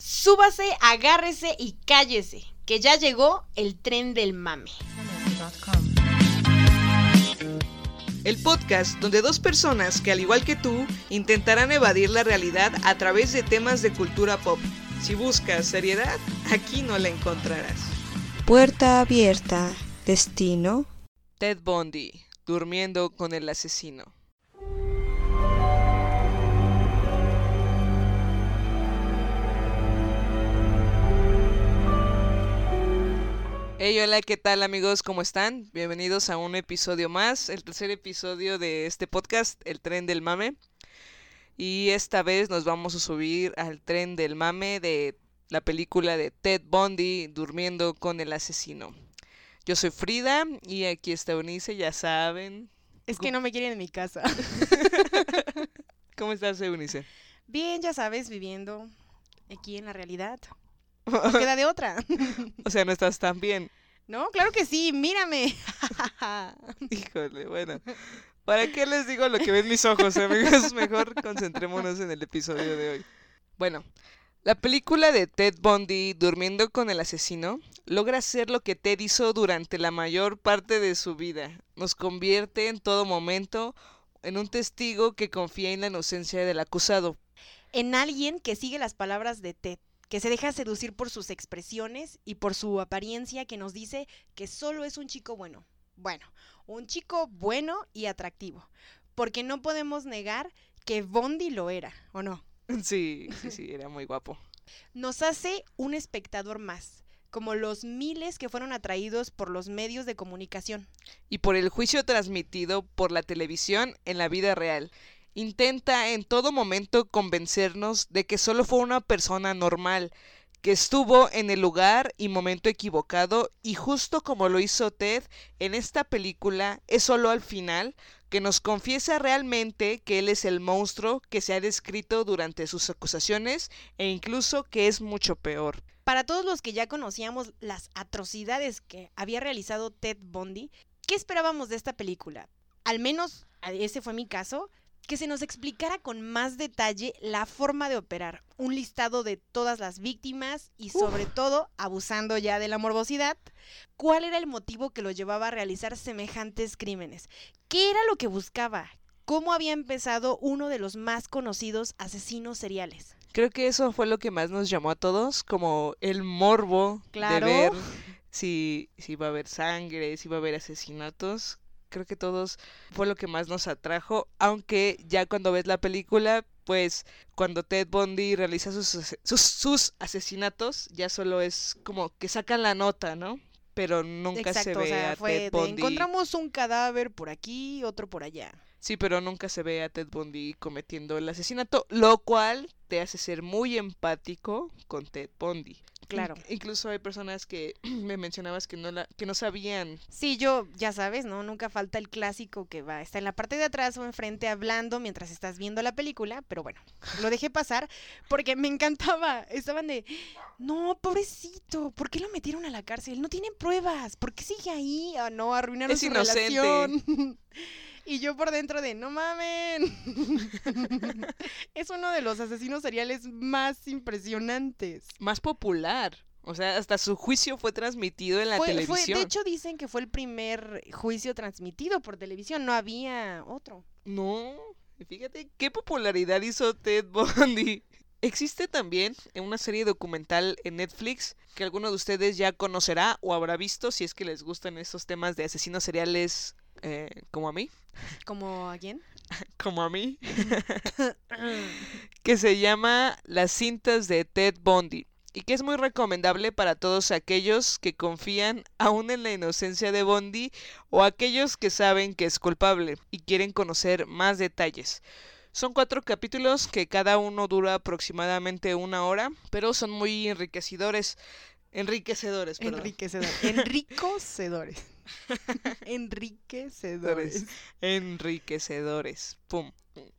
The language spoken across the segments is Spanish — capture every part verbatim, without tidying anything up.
Súbase, agárrese y cállese, que ya llegó el tren del mame. El podcast donde dos personas que al igual que tú intentarán evadir la realidad a través de temas de cultura pop. Si buscas seriedad, aquí no la encontrarás. Puerta abierta. Destino. Ted Bundy, durmiendo con el asesino. Hey, hola, ¿qué tal amigos? ¿Cómo están? Bienvenidos a un episodio más, el tercer episodio de este podcast, El Tren del Mame. Y esta vez nos vamos a subir al tren del mame de la película de Ted Bundy, durmiendo con el asesino. Yo soy Frida y aquí está Eunice, ya saben. Es que no me quieren en mi casa. ¿Cómo estás, Eunice? Bien, ya sabes, viviendo aquí en la realidad. No queda de otra. O sea, no estás tan bien. No, claro que sí, mírame. Híjole, bueno. ¿Para qué les digo lo que ven mis ojos, amigos? Mejor concentrémonos en el episodio de hoy. Bueno, la película de Ted Bundy, durmiendo con el asesino, logra hacer lo que Ted hizo durante la mayor parte de su vida. Nos convierte en todo momento en un testigo que confía en la inocencia del acusado. En alguien que sigue las palabras de Ted, que se deja seducir por sus expresiones y por su apariencia, que nos dice que solo es un chico bueno. Bueno, un chico bueno y atractivo, porque no podemos negar que Bundy lo era, ¿o no? Sí, sí, sí, era muy guapo. Nos hace un espectador más, como los miles que fueron atraídos por los medios de comunicación. Y por el juicio transmitido por la televisión en la vida real. Intenta en todo momento convencernos de que solo fue una persona normal, que estuvo en el lugar y momento equivocado, y justo como lo hizo Ted en esta película, es solo al final que nos confiesa realmente que él es el monstruo que se ha descrito durante sus acusaciones e incluso que es mucho peor. Para todos los que ya conocíamos las atrocidades que había realizado Ted Bundy, ¿qué esperábamos de esta película? Al menos ese fue mi caso. Que se nos explicara con más detalle la forma de operar, un listado de todas las víctimas y sobre Uf. todo, abusando ya de la morbosidad, cuál era el motivo que lo llevaba a realizar semejantes crímenes, qué era lo que buscaba, cómo había empezado uno de los más conocidos asesinos seriales. Creo que eso fue lo que más nos llamó a todos, como el morbo claro. de ver si, si va a haber sangre, si va a haber asesinatos. Creo que todos fue lo que más nos atrajo, aunque ya cuando ves la película, pues cuando Ted Bundy realiza sus, sus, sus asesinatos, ya solo es como que sacan la nota, ¿no? Pero nunca Exacto, se ve o sea, a fue Ted de, Bundy. encontramos un cadáver por aquí, otro por allá. Sí, pero nunca se ve a Ted Bundy cometiendo el asesinato, lo cual te hace ser muy empático con Ted Bundy. Claro. Incluso hay personas que me mencionabas que no la, que no sabían. Sí, yo, ya sabes, ¿no? Nunca falta el clásico que va, está en la parte de atrás o enfrente hablando mientras estás viendo la película, pero bueno, lo dejé pasar porque me encantaba. Estaban de, no, pobrecito, ¿por qué lo metieron a la cárcel? No tienen pruebas, ¿por qué sigue ahí? Ah, no, arruinaron es su inocente. relación. Y yo por dentro de, no mamen. Es uno de los asesinos seriales más impresionantes. Más popular. O sea, hasta su juicio fue transmitido en la fue, televisión. Fue, de hecho, dicen que fue el primer juicio transmitido por televisión. No había otro. No, fíjate qué popularidad hizo Ted Bundy. Existe también una serie documental en Netflix que alguno de ustedes ya conocerá o habrá visto si es que les gustan estos temas de asesinos seriales eh, como a mí. ¿Como a quién? Como a mí. Que se llama Las cintas de Ted Bundy. Y que es muy recomendable para todos aquellos que confían aún en la inocencia de Bundy o aquellos que saben que es culpable y quieren conocer más detalles. Son cuatro capítulos que cada uno dura aproximadamente una hora, pero son muy enriquecedores. Enriquecedores, perdón. Enriquecedores. Enricocedores. Enriquecedores. Enriquecedores. Pum.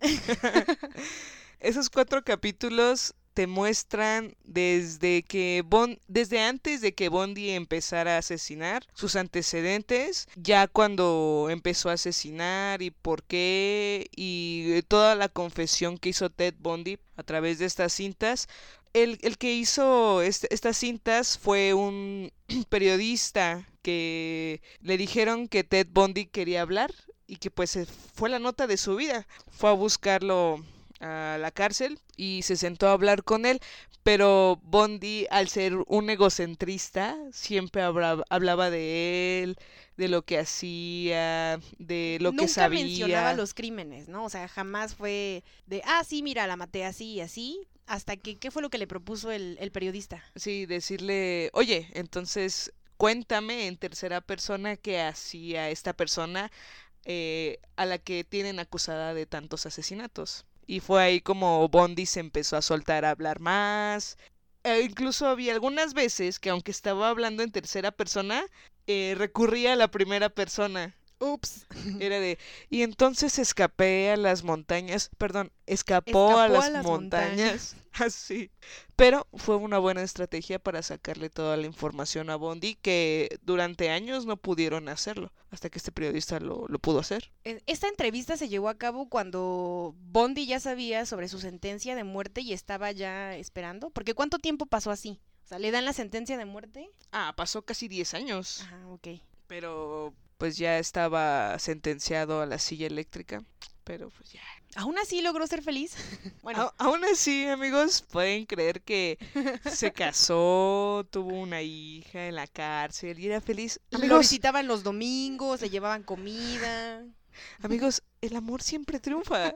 Esos cuatro capítulos te muestran desde que Bond, desde antes de que Bundy empezara a asesinar, sus antecedentes, ya cuando empezó a asesinar y por qué, y toda la confesión que hizo Ted Bundy a través de estas cintas. el, el que hizo este, estas cintas fue un periodista que le dijeron que Ted Bundy quería hablar y que pues fue la nota de su vida. Fue a buscarlo a la cárcel y se sentó a hablar con él, pero Bundy, al ser un egocentrista, siempre hablaba, hablaba de él, de lo que hacía, de lo Nunca que sabía. Nunca mencionaba los crímenes, ¿no? O sea, jamás fue de, ah, sí, mira, la maté así y así, hasta que, ¿qué fue lo que le propuso el, el periodista? Sí, decirle, oye, entonces cuéntame en tercera persona qué hacía esta persona eh, a la que tienen acusada de tantos asesinatos. Y fue ahí como Bundy se empezó a soltar a hablar más. E incluso había algunas veces que aunque estaba hablando en tercera persona, eh, recurría a la primera persona. Ups. Era de, y entonces escapé a las montañas, perdón, escapó, Escapó a las, a las montañas, así. Pero fue una buena estrategia para sacarle toda la información a Bundy, que durante años no pudieron hacerlo, hasta que este periodista lo, lo pudo hacer. Esta entrevista se llevó a cabo cuando Bundy ya sabía sobre su sentencia de muerte y estaba ya esperando, porque ¿cuánto tiempo pasó así? O sea, ¿le dan la sentencia de muerte? Ah, pasó casi diez años. Ajá, ok. Pero pues ya estaba sentenciado a la silla eléctrica, pero pues ya. ¿Aún así logró ser feliz? Bueno, a- aún así, amigos, pueden creer que se casó, tuvo una hija en la cárcel y era feliz. Amigos, lo visitaban los domingos, le llevaban comida. Amigos, el amor siempre triunfa.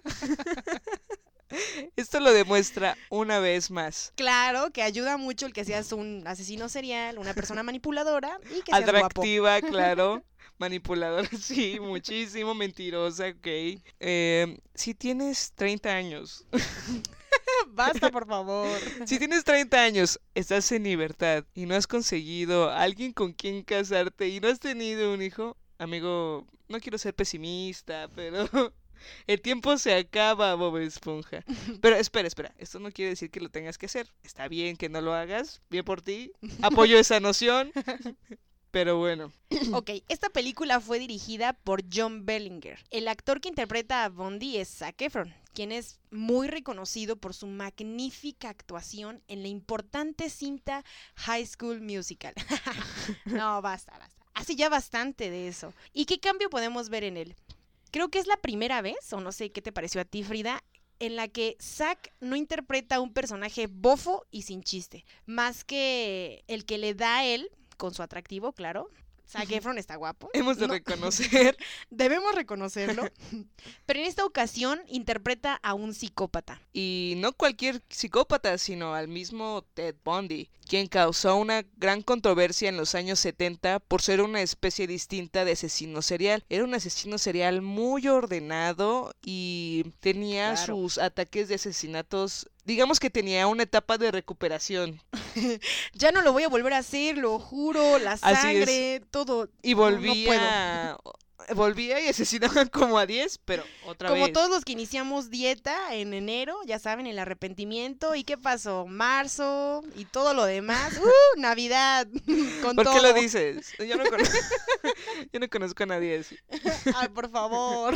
Esto lo demuestra una vez más. Claro, que ayuda mucho el que seas un asesino serial, una persona manipuladora y que seas atractiva, guapo. Claro. Manipuladora, sí, muchísimo, mentirosa, ok. Eh, si tienes treinta años. Basta, por favor. Si tienes treinta años, estás en libertad y no has conseguido a alguien con quien casarte y no has tenido un hijo, amigo, no quiero ser pesimista, pero el tiempo se acaba, Bob Esponja. Pero espera, espera, esto no quiere decir que lo tengas que hacer. Está bien que no lo hagas, bien por ti. Apoyo esa noción. Pero bueno. Ok, esta película fue dirigida por John Bellinger. El actor que interpreta a Bundy es Zac Efron, quien es muy reconocido por su magnífica actuación en la importante cinta High School Musical. No, basta, basta. Hace ya bastante de eso. ¿Y qué cambio podemos ver en él? Creo que es la primera vez, o no sé qué te pareció a ti, Frida, en la que Zac no interpreta a un personaje bofo y sin chiste, más que el que le da a él, con su atractivo, claro. Zac Efron está guapo. Hemos de No, reconocer. debemos reconocerlo. Pero en esta ocasión interpreta a un psicópata. Y no cualquier psicópata, sino al mismo Ted Bundy, quien causó una gran controversia en los años setenta por ser una especie distinta de asesino serial. Era un asesino serial muy ordenado y tenía Claro. sus ataques de asesinatos. Digamos que tenía una etapa de recuperación. Ya no lo voy a volver a hacer, lo juro, la Así sangre, todo. Y No, no volvía. volvía y asesinaban como a diez, pero otra Como vez. todos los que iniciamos dieta en enero, ya saben, el arrepentimiento. ¿Y qué pasó? Marzo y todo lo demás. ¡Uh! Navidad. Con ¿Por todo. qué lo dices? Yo no conozco, yo no conozco a nadie así. Ay, por favor.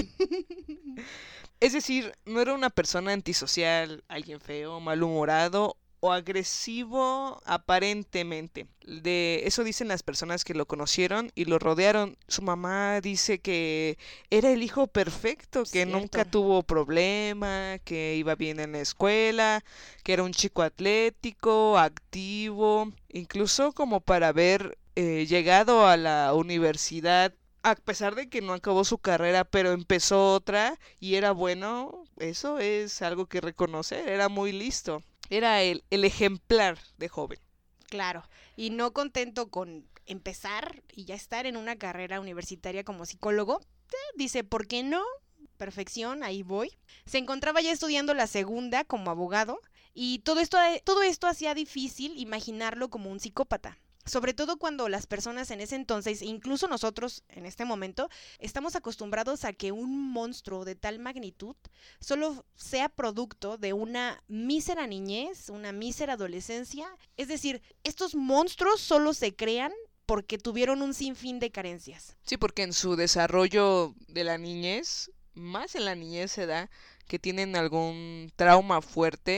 Es decir, no era una persona antisocial, alguien feo, malhumorado o agresivo aparentemente. De eso dicen las personas que lo conocieron y lo rodearon. Su mamá dice que era el hijo perfecto, que Cierto. nunca tuvo problema, que iba bien en la escuela, que era un chico atlético, activo, incluso como para haber eh, llegado a la universidad. A pesar de que no acabó su carrera, pero empezó otra y era bueno, eso es algo que reconocer, era muy listo. Era el, el ejemplar de joven. Claro. Y no contento con empezar y ya estar en una carrera universitaria como psicólogo, eh, dice, ¿por qué no? Perfección, ahí voy. Se encontraba ya estudiando la segunda como abogado y todo esto, todo esto hacía difícil imaginarlo como un psicópata. Sobre todo cuando las personas en ese entonces, incluso nosotros en este momento, estamos acostumbrados a que un monstruo de tal magnitud solo sea producto de una mísera niñez, una mísera adolescencia. Es decir, estos monstruos solo se crean porque tuvieron un sinfín de carencias. Sí, porque en su desarrollo de la niñez, más en la niñez se da que tienen algún trauma fuerte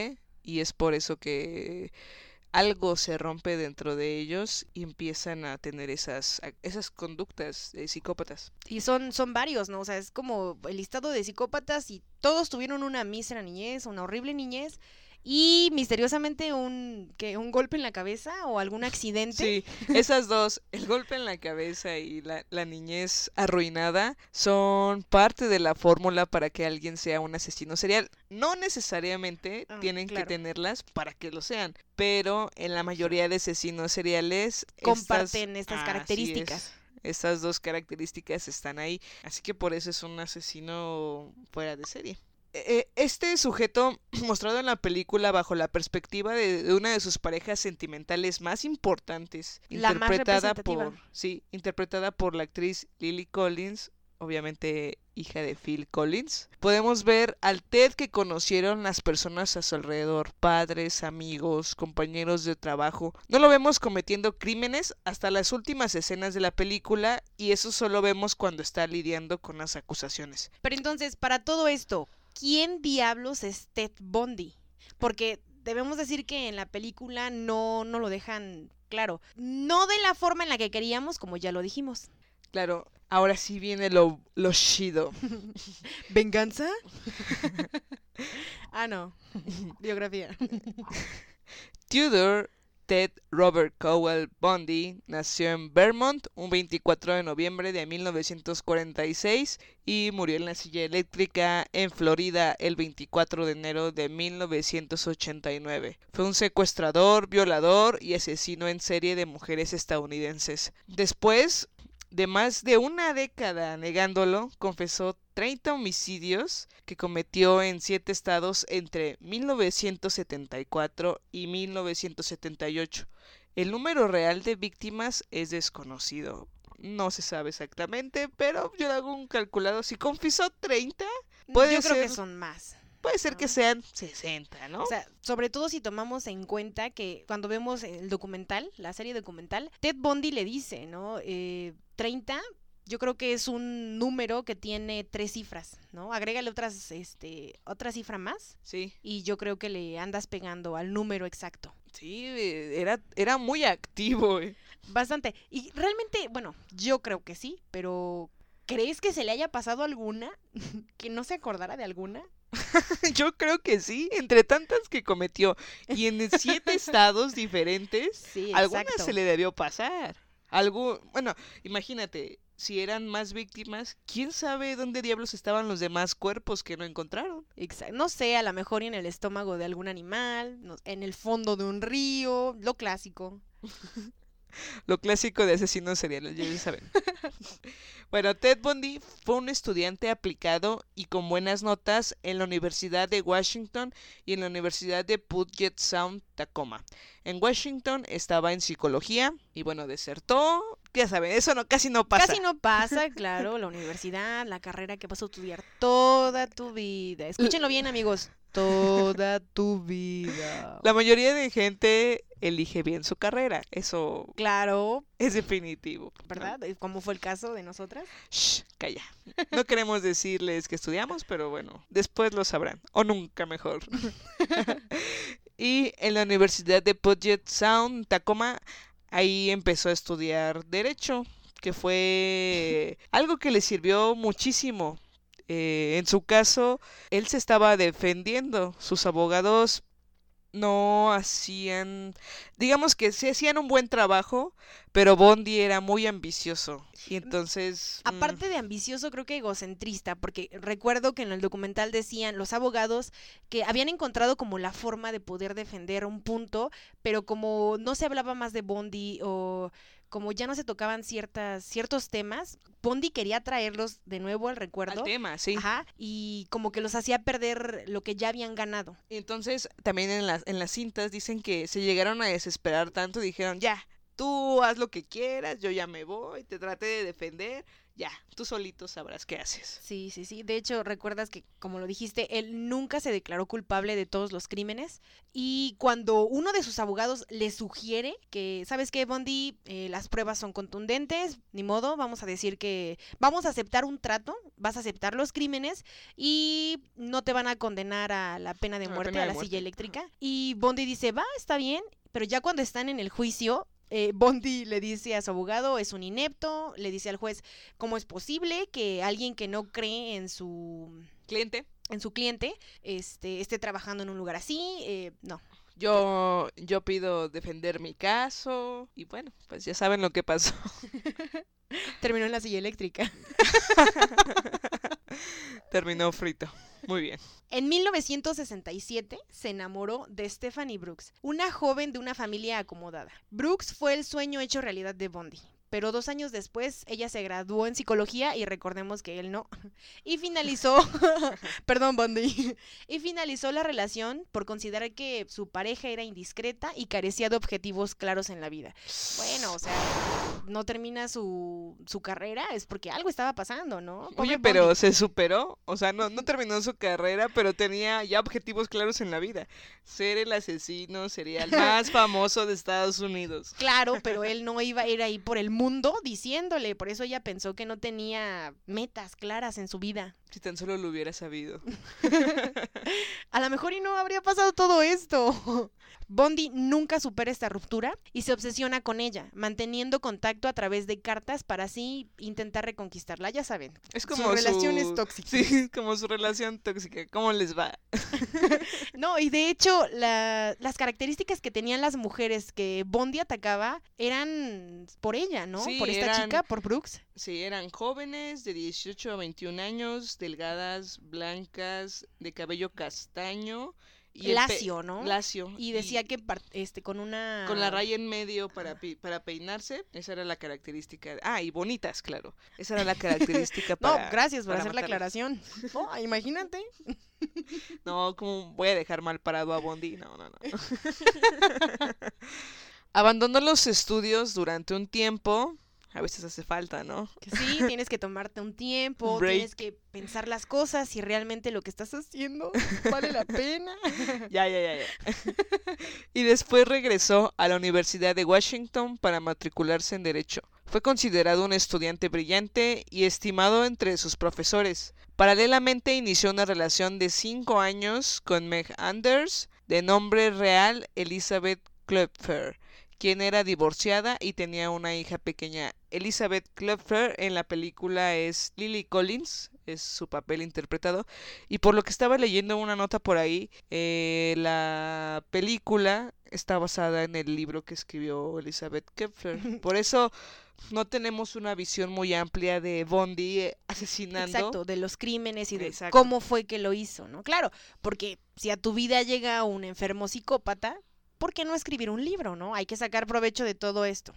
y es por eso que algo se rompe dentro de ellos y empiezan a tener esas, esas conductas de psicópatas. Y son, son varios, ¿no? O sea, es como el listado de psicópatas y todos tuvieron una mísera niñez, una horrible niñez y misteriosamente un, ¿qué? Un golpe en la cabeza o algún accidente. Sí, esas dos, el golpe en la cabeza y la, la niñez arruinada, son parte de la fórmula para que alguien sea un asesino serial. No necesariamente Ah, tienen claro. que tenerlas para que lo sean, pero en la mayoría de asesinos seriales Comparten estas así características. es, estas dos características están ahí, así que por eso es un asesino fuera de serie. Eh, Este sujeto, mostrado en la película bajo la perspectiva de, de una de sus parejas sentimentales más importantes, La más interpretada representativa. por, sí, interpretada por la actriz Lily Collins, obviamente hija de Phil Collins, podemos ver al Ted que conocieron las personas a su alrededor, padres, amigos, compañeros de trabajo. No lo vemos cometiendo crímenes hasta las últimas escenas de la película, y eso solo vemos cuando está lidiando con las acusaciones. Pero entonces, para todo esto, ¿quién diablos es Ted Bundy? Porque debemos decir que en la película no, no lo dejan claro. No de la forma en la que queríamos, como ya lo dijimos. Claro, ahora sí viene lo, lo chido. ¿Venganza? Ah, no. Biografía. Tudor Ted Robert Cowell Bundy nació en Vermont un veinticuatro de noviembre de mil novecientos cuarenta y seis y murió en la silla eléctrica en Florida el veinticuatro de enero de mil novecientos ochenta y nueve. Fue un secuestrador, violador y asesino en serie de mujeres estadounidenses. Después de más de una década negándolo, confesó treinta homicidios que cometió en siete estados entre mil novecientos setenta y cuatro y mil novecientos setenta y ocho. El número real de víctimas es desconocido. No se sabe exactamente, pero yo hago un calculado. Si confesó treinta, puede Yo creo ser, que son más. puede ser ¿no? que sean sesenta, ¿no? O sea, sobre todo si tomamos en cuenta que cuando vemos el documental, la serie documental, Ted Bundy le dice, ¿no? Eh, treinta, yo creo que es un número que tiene tres cifras, ¿no? Agrégale otras, este, otra cifra más Sí, y yo creo que le andas pegando al número exacto. sí, eh, era, era muy activo, eh. Bastante. Y realmente, bueno, yo creo que sí, pero ¿crees que se le haya pasado alguna? ¿Que no se acordara de alguna? Yo creo que sí, entre tantas que cometió y en siete estados diferentes, Sí, alguna exacto. se le debió pasar. Algo, bueno, imagínate, si eran más víctimas, ¿quién sabe dónde diablos estaban los demás cuerpos que no encontraron? Exa- No sé, a lo mejor en el estómago de algún animal, no- en el fondo de un río, lo clásico. Lo clásico de asesinos seriales, ya saben. Bueno, Ted Bundy fue un estudiante aplicado y con buenas notas en la Universidad de Washington y en la Universidad de Puget Sound, Tacoma. En Washington estaba en psicología y bueno, desertó. Ya saben, eso no, casi no pasa. Casi no pasa, claro, la universidad, la carrera que vas a estudiar toda tu vida. Escúchenlo bien, amigos, toda tu vida. La mayoría de gente elige bien su carrera, eso Claro, es definitivo, ¿no? ¿verdad? Como fue el caso de nosotras. Shh, calla. No queremos decirles que estudiamos, pero bueno, después lo sabrán, o nunca mejor. Y en la Universidad de Puget Sound, Tacoma, ahí empezó a estudiar Derecho, que fue algo que le sirvió muchísimo. Eh, en su caso, él se estaba defendiendo. Sus abogados no hacían, digamos que sí hacían un buen trabajo, pero Bundy era muy ambicioso. Y entonces... mm, Aparte de ambicioso, creo que egocentrista, porque recuerdo que en el documental decían los abogados que habían encontrado como la forma de poder defender un punto, pero como no se hablaba más de Bundy o como ya no se tocaban ciertas, ciertos temas, Bundy quería traerlos de nuevo al recuerdo. al tema, sí. Ajá, y como que los hacía perder lo que ya habían ganado. Entonces, también en las, en las cintas dicen que se llegaron a desesperar tanto y dijeron, ya, tú haz lo que quieras, yo ya me voy, te traté de defender, ya, tú solito sabrás qué haces. Sí, sí, sí. De hecho, recuerdas que, como lo dijiste, él nunca se declaró culpable de todos los crímenes. Y cuando uno de sus abogados le sugiere que, ¿sabes qué, Bundy? Eh, las pruebas son contundentes, ni modo, vamos a decir que vamos a aceptar un trato, vas a aceptar los crímenes y no te van a condenar a la pena de A la muerte, pena a de la muerte. silla eléctrica. Y Bundy dice, va, está bien, pero ya cuando están en el juicio, eh, Bundy le dice a su abogado, es un inepto, le dice al juez, ¿cómo es posible que alguien que no cree en su Cliente, en su cliente este, esté trabajando en un lugar así? Eh, no. yo, yo pido defender mi caso y bueno, pues ya saben lo que pasó. Terminó en la silla eléctrica. Terminó frito. Muy bien. En mil novecientos sesenta y siete se enamoró de Stephanie Brooks, una joven de una familia acomodada. Brooks fue el sueño hecho realidad de Bundy, pero dos años después ella se graduó en psicología y recordemos que él no. Y finalizó, perdón Bundy, y finalizó la relación por considerar que su pareja era indiscreta y carecía de objetivos claros en la vida. Bueno, o sea, no termina su, su carrera, es porque algo estaba pasando, ¿no? Pobre Oye, pero Bundy. se superó, o sea, no, no terminó su carrera, pero tenía ya objetivos claros en la vida. Ser el asesino serial más famoso de Estados Unidos. Claro, pero él no iba a ir ahí por el mundo diciéndole, por eso ella pensó que no tenía metas claras en su vida. Si tan solo lo hubiera sabido. A lo mejor y no habría pasado todo esto. Bundy nunca supera esta ruptura y se obsesiona con ella, manteniendo contacto a través de cartas para así intentar reconquistarla, ya saben. Es como su relación su- es tóxica. Sí, como su relación tóxica. ¿Cómo les va? No, y de hecho, la- las características que tenían las mujeres que Bundy atacaba eran por ella, ¿no? Sí, por esta eran- chica, por Brooks. Sí, eran jóvenes de dieciocho a veintiún años, delgadas, blancas, de cabello castaño. Y el pe- Lacio, ¿no? Lacio. Y decía que par- este con una Con la raya en medio para, pe- para peinarse, esa era la característica. Ah, y bonitas, claro. Esa era la característica No, para... gracias por para hacer la matarlas. aclaración. No, imagínate. No, ¿cómo voy a dejar mal parado a Bondi? No, no, no. Abandonó los estudios durante un tiempo. A veces hace falta, ¿no? Que sí, tienes que tomarte un tiempo, Break. tienes que pensar las cosas si realmente lo que estás haciendo vale la pena. Ya, ya, ya, ya. Y después regresó a la Universidad de Washington para matricularse en Derecho. Fue considerado un estudiante brillante y estimado entre sus profesores. Paralelamente inició una relación de cinco años con Meg Anders, de nombre real Elizabeth Klopfer, quien era divorciada y tenía una hija pequeña. Elizabeth Klopfer en la película es Lily Collins, es su papel interpretado. Y por lo que estaba leyendo una nota por ahí, eh, la película está basada en el libro que escribió Elizabeth Klopfer. Por eso no tenemos una visión muy amplia de Bundy eh, asesinando. Exacto, de los crímenes y de Exacto. cómo fue que lo hizo, ¿no? Claro, porque si a tu vida llega un enfermo psicópata, ¿por qué no escribir un libro, no? Hay que sacar provecho de todo esto.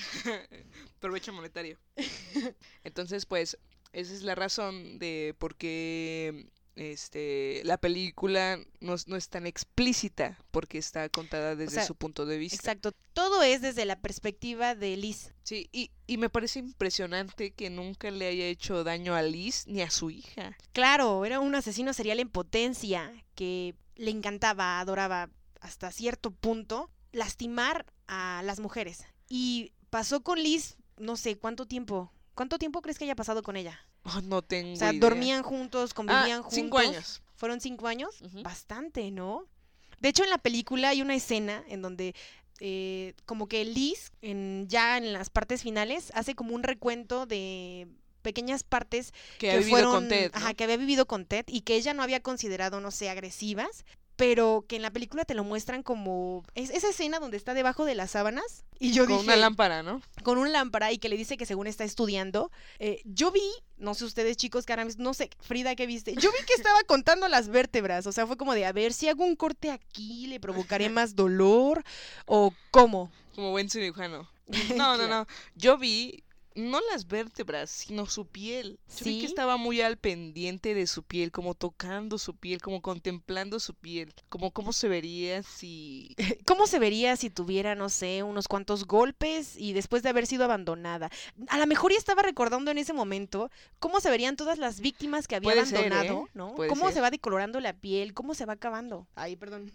Provecho monetario. Entonces, pues, esa es la razón de por qué este, la película no, es- no es tan explícita, porque está contada desde sea, su punto de vista. Exacto, todo es desde la perspectiva de Liz. Sí, y, y me parece impresionante que nunca le haya hecho daño a Liz ni a su hija. Claro, era un asesino serial en potencia que le encantaba, adoraba hasta cierto punto lastimar a las mujeres. Y pasó con Liz, no sé, ¿cuánto tiempo? ¿Cuánto tiempo crees que haya pasado con ella? Oh, no tengo O sea, idea. dormían juntos, convivían Ah, juntos. cinco años. ¿Fueron cinco años? Ujú. Bastante, ¿no? De hecho, en la película hay una escena en donde eh, como que Liz, en, ya en las partes finales, hace como un recuento de pequeñas partes Que, ha vivido fueron, con Ted, ¿no? ajá, que había vivido con Ted y que ella no había considerado, no sé, agresivas, pero que en la película te lo muestran como es, esa escena donde está debajo de las sábanas y yo Con dije, una lámpara, ¿no? con una lámpara y que le dice que según está estudiando. Eh, yo vi, no sé ustedes chicos que ahora mis- no sé, Frida, ¿qué viste? Yo vi que estaba contando las vértebras, o sea, fue como de, a ver, si hago un corte aquí, ¿le provocaré más dolor? ¿O cómo? Como buen cirujano. No, no, Claro. no. Yo vi no las vértebras, sino su piel. Yo vi ¿Sí? que estaba muy al pendiente de su piel, como tocando su piel, como contemplando su piel, como cómo se vería si... ¿Cómo se vería si tuviera, no sé, unos cuantos golpes y después de haber sido abandonada? A lo mejor ya estaba recordando en ese momento cómo se verían todas las víctimas que había Puede ser, abandonado, ¿eh? ¿no? Puede Cómo ser. se va decolorando la piel, cómo se va acabando. Ay, perdón.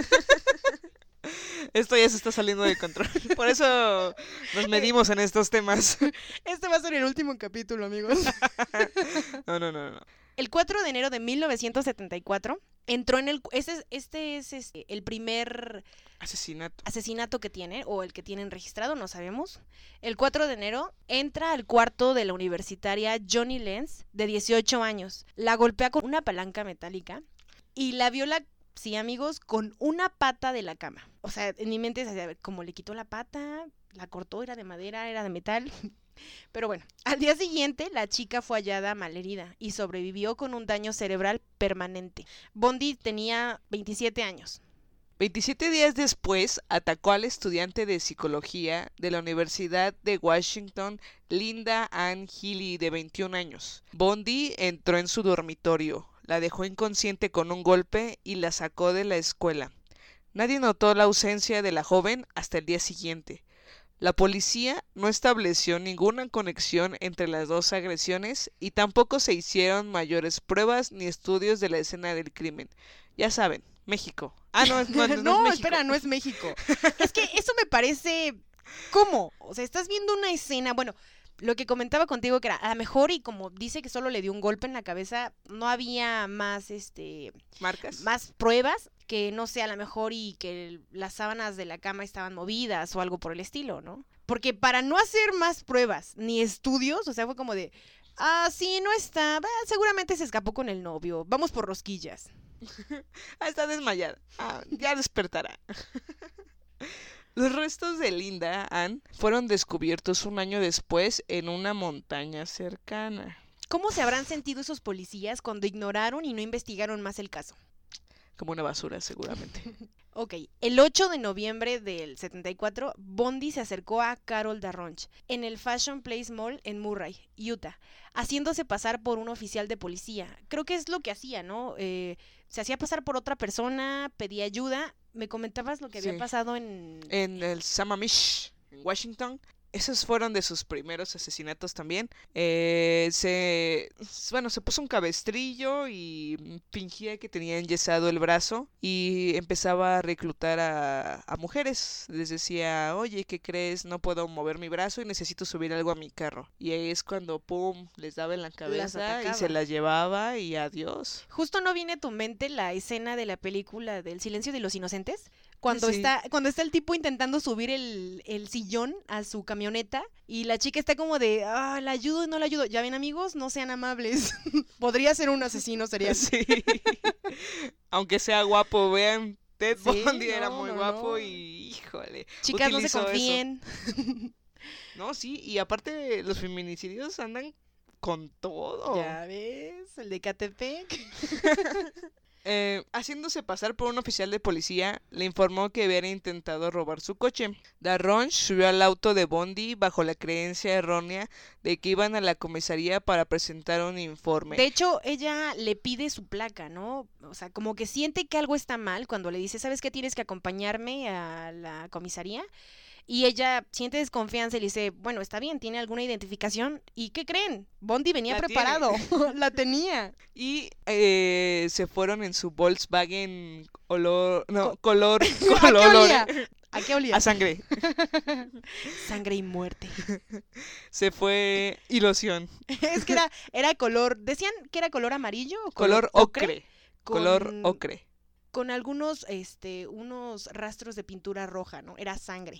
Esto ya se está saliendo de control. Por eso nos medimos en estos temas. Este va a ser el último capítulo, amigos. No, no, no, no. El cuatro de enero de mil novecientos setenta y cuatro entró en el... Este es, este es este, el primer Asesinato. asesinato que tiene, o el que tienen registrado, no sabemos. El cuatro de enero entra al cuarto de la universitaria Johnny Lenz, de dieciocho años. La golpea con una palanca metálica y la viola, sí, amigos, con una pata de la cama. O sea, en mi mente es así, a ver, como le quitó la pata, la cortó, era de madera, era de metal. Pero bueno, al día siguiente la chica fue hallada malherida y sobrevivió con un daño cerebral permanente. Bondi tenía veintisiete años. veintisiete días después, atacó al estudiante de psicología de la Universidad de Washington, Linda Ann Healy, de veintiún años. Bondi entró en su dormitorio, la dejó inconsciente con un golpe y la sacó de la escuela. Nadie notó la ausencia de la joven hasta el día siguiente. La policía no estableció ninguna conexión entre las dos agresiones y tampoco se hicieron mayores pruebas ni estudios de la escena del crimen. Ya saben, México. Ah, no, no, no, no, no, es México. espera, no es México. Es que eso me parece... ¿Cómo? O sea, estás viendo una escena... Bueno, lo que comentaba contigo que era, a lo mejor, y como dice que solo le dio un golpe en la cabeza, no había más, este... ¿Marcas? más pruebas, que no sé, a lo mejor y que las sábanas de la cama estaban movidas o algo por el estilo, ¿no? Porque para no hacer más pruebas ni estudios, o sea, fue como de, ah, sí, no está, bah, seguramente se escapó con el novio, vamos por rosquillas. Ah, está desmayada. Ah, ya despertará. Los restos de Linda Ann fueron descubiertos un año después en una montaña cercana. ¿Cómo se habrán sentido esos policías cuando ignoraron y no investigaron más el caso? Como una basura, seguramente. Ok, el ocho de noviembre del setenta y cuatro, Bondi se acercó a Carol Darronch en el Fashion Place Mall en Murray, Utah, haciéndose pasar por un oficial de policía. Creo que es lo que hacía, ¿no? Eh, se hacía pasar por otra persona, pedía ayuda. Me comentabas lo que había Sí. pasado en... En el Sammamish, en Washington. Esos fueron de sus primeros asesinatos también. Eh, se, bueno, se puso un cabestrillo y fingía que tenía enyesado el brazo y empezaba a reclutar a, a mujeres. Les decía, oye, ¿qué crees? No puedo mover mi brazo y necesito subir algo a mi carro. Y ahí es cuando, pum, les daba en la cabeza y se las llevaba y adiós. Justo no viene a tu mente la escena de la película del Silencio de los Inocentes, cuando, Sí. está, cuando está el tipo intentando subir el, el sillón a su camioneta y la chica está como de, ah, la ayudo y no la ayudo. Ya ven, amigos, no sean amables. Podría ser un asesino serial. Sí. Aunque sea guapo, vean, Ted Sí, Bundy era no, muy no, guapo no. y, híjole, Chicas, no se utilizó eso. confíen. No, sí, y aparte los feminicidios andan con todo. Ya ves, el de Catepec. Eh, haciéndose pasar por un oficial de policía, le informó que había intentado robar su coche. Darronch subió al auto de Bondi bajo la creencia errónea de que iban a la comisaría para presentar un informe. De hecho, ella le pide su placa, ¿no? O sea, como que siente que algo está mal cuando le dice, ¿sabes qué? Tienes que acompañarme a la comisaría. Y ella siente desconfianza y le dice, bueno, está bien, ¿tiene alguna identificación? ¿Y qué creen? Bondi venía La preparado, la tenía. Y eh, se fueron en su Volkswagen olor, no, Co- color, ¿A qué color, olía? ¿A qué olía? a sangre. Sangre y muerte. Se fue ilusión. Es que era, era color, decían que era color amarillo o Color ocre. con- Color ocre. Con algunos, este, unos rastros de pintura roja, ¿no? Era sangre.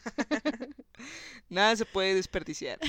Nada se puede desperdiciar.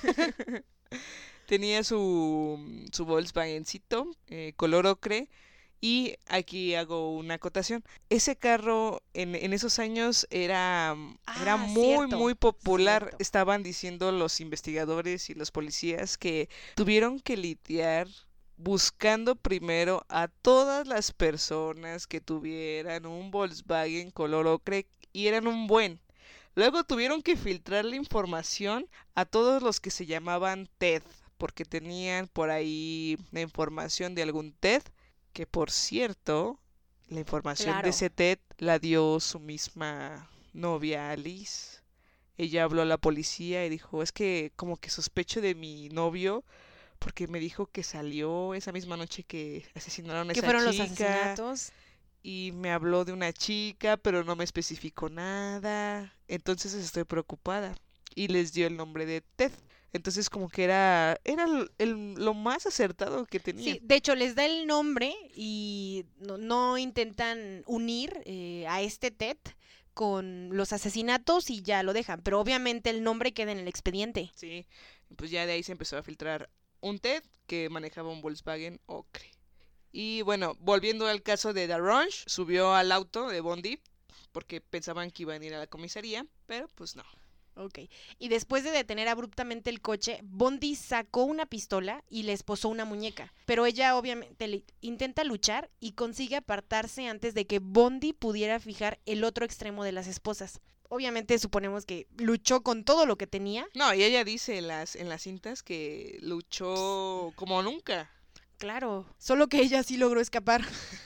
Tenía su, su Volkswagencito, eh, color ocre. Y aquí hago una acotación. Ese carro en, en esos años era, era Ah, muy, cierto, muy popular. cierto. Estaban diciendo los investigadores y los policías que tuvieron que lidiar buscando primero a todas las personas que tuvieran un Volkswagen color ocre y eran un buen. Luego tuvieron que filtrar la información a todos los que se llamaban Ted, porque tenían por ahí la información de algún Ted, que por cierto, la información Claro. de ese Ted la dio su misma novia Alice. Ella habló a la policía y dijo, es que como que sospecho de mi novio porque me dijo que salió esa misma noche que asesinaron a ¿Qué esa fueron los chica asesinatos? y me habló de una chica, pero no me especificó nada. Entonces estoy preocupada y les dio el nombre de Ted. Entonces como que era era el- el- lo más acertado que tenía. Sí, de hecho les da el nombre y no, no intentan unir eh, a este Ted con los asesinatos y ya lo dejan, pero obviamente el nombre queda en el expediente. Sí, pues ya de ahí se empezó a filtrar un Ted que manejaba un Volkswagen ocre. Y bueno, volviendo al caso de Darrange, subió al auto de Bondi porque pensaban que iban a ir a la comisaría, pero pues no. Ok. Y después de detener abruptamente el coche, Bondi sacó una pistola y le esposó una muñeca. Pero ella obviamente le intenta luchar y consigue apartarse antes de que Bondi pudiera fijar el otro extremo de las esposas. Obviamente suponemos que luchó con todo lo que tenía. No, y ella dice en las, en las cintas que luchó como nunca. Claro, solo que ella sí logró escapar.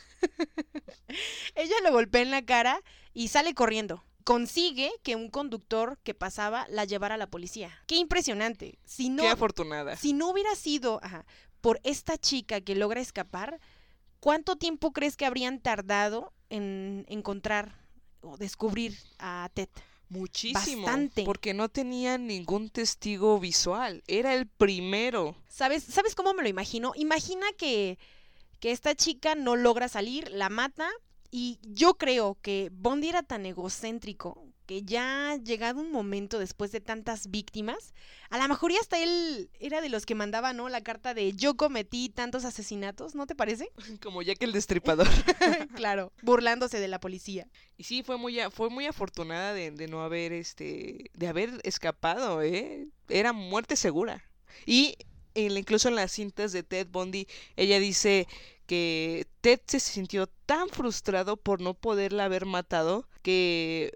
Ella lo golpea en la cara y sale corriendo. Consigue que un conductor que pasaba la llevara a la policía. Qué impresionante. Si no, Qué afortunada. si no hubiera sido ajá, por esta chica que logra escapar, ¿cuánto tiempo crees que habrían tardado en encontrar o descubrir a Ted? Muchísimo. Bastante. Porque no tenía ningún testigo visual. Era el primero. ¿Sabes, ¿Sabes cómo me lo imagino? Imagina que, que esta chica no logra salir, la mata, y yo creo que Bondi era tan egocéntrico que ya llegado un momento después de tantas víctimas, a lo mejor ya hasta él era de los que mandaba, ¿no? La carta de yo cometí tantos asesinatos, ¿no te parece? Como Jack el Destripador. Claro, burlándose de la policía. Y sí, fue muy, a- fue muy afortunada de, de no haber, este, de haber escapado, ¿eh? Era muerte segura. Y en- incluso en las cintas de Ted Bundy, ella dice que Ted se sintió tan frustrado por no poderla haber matado que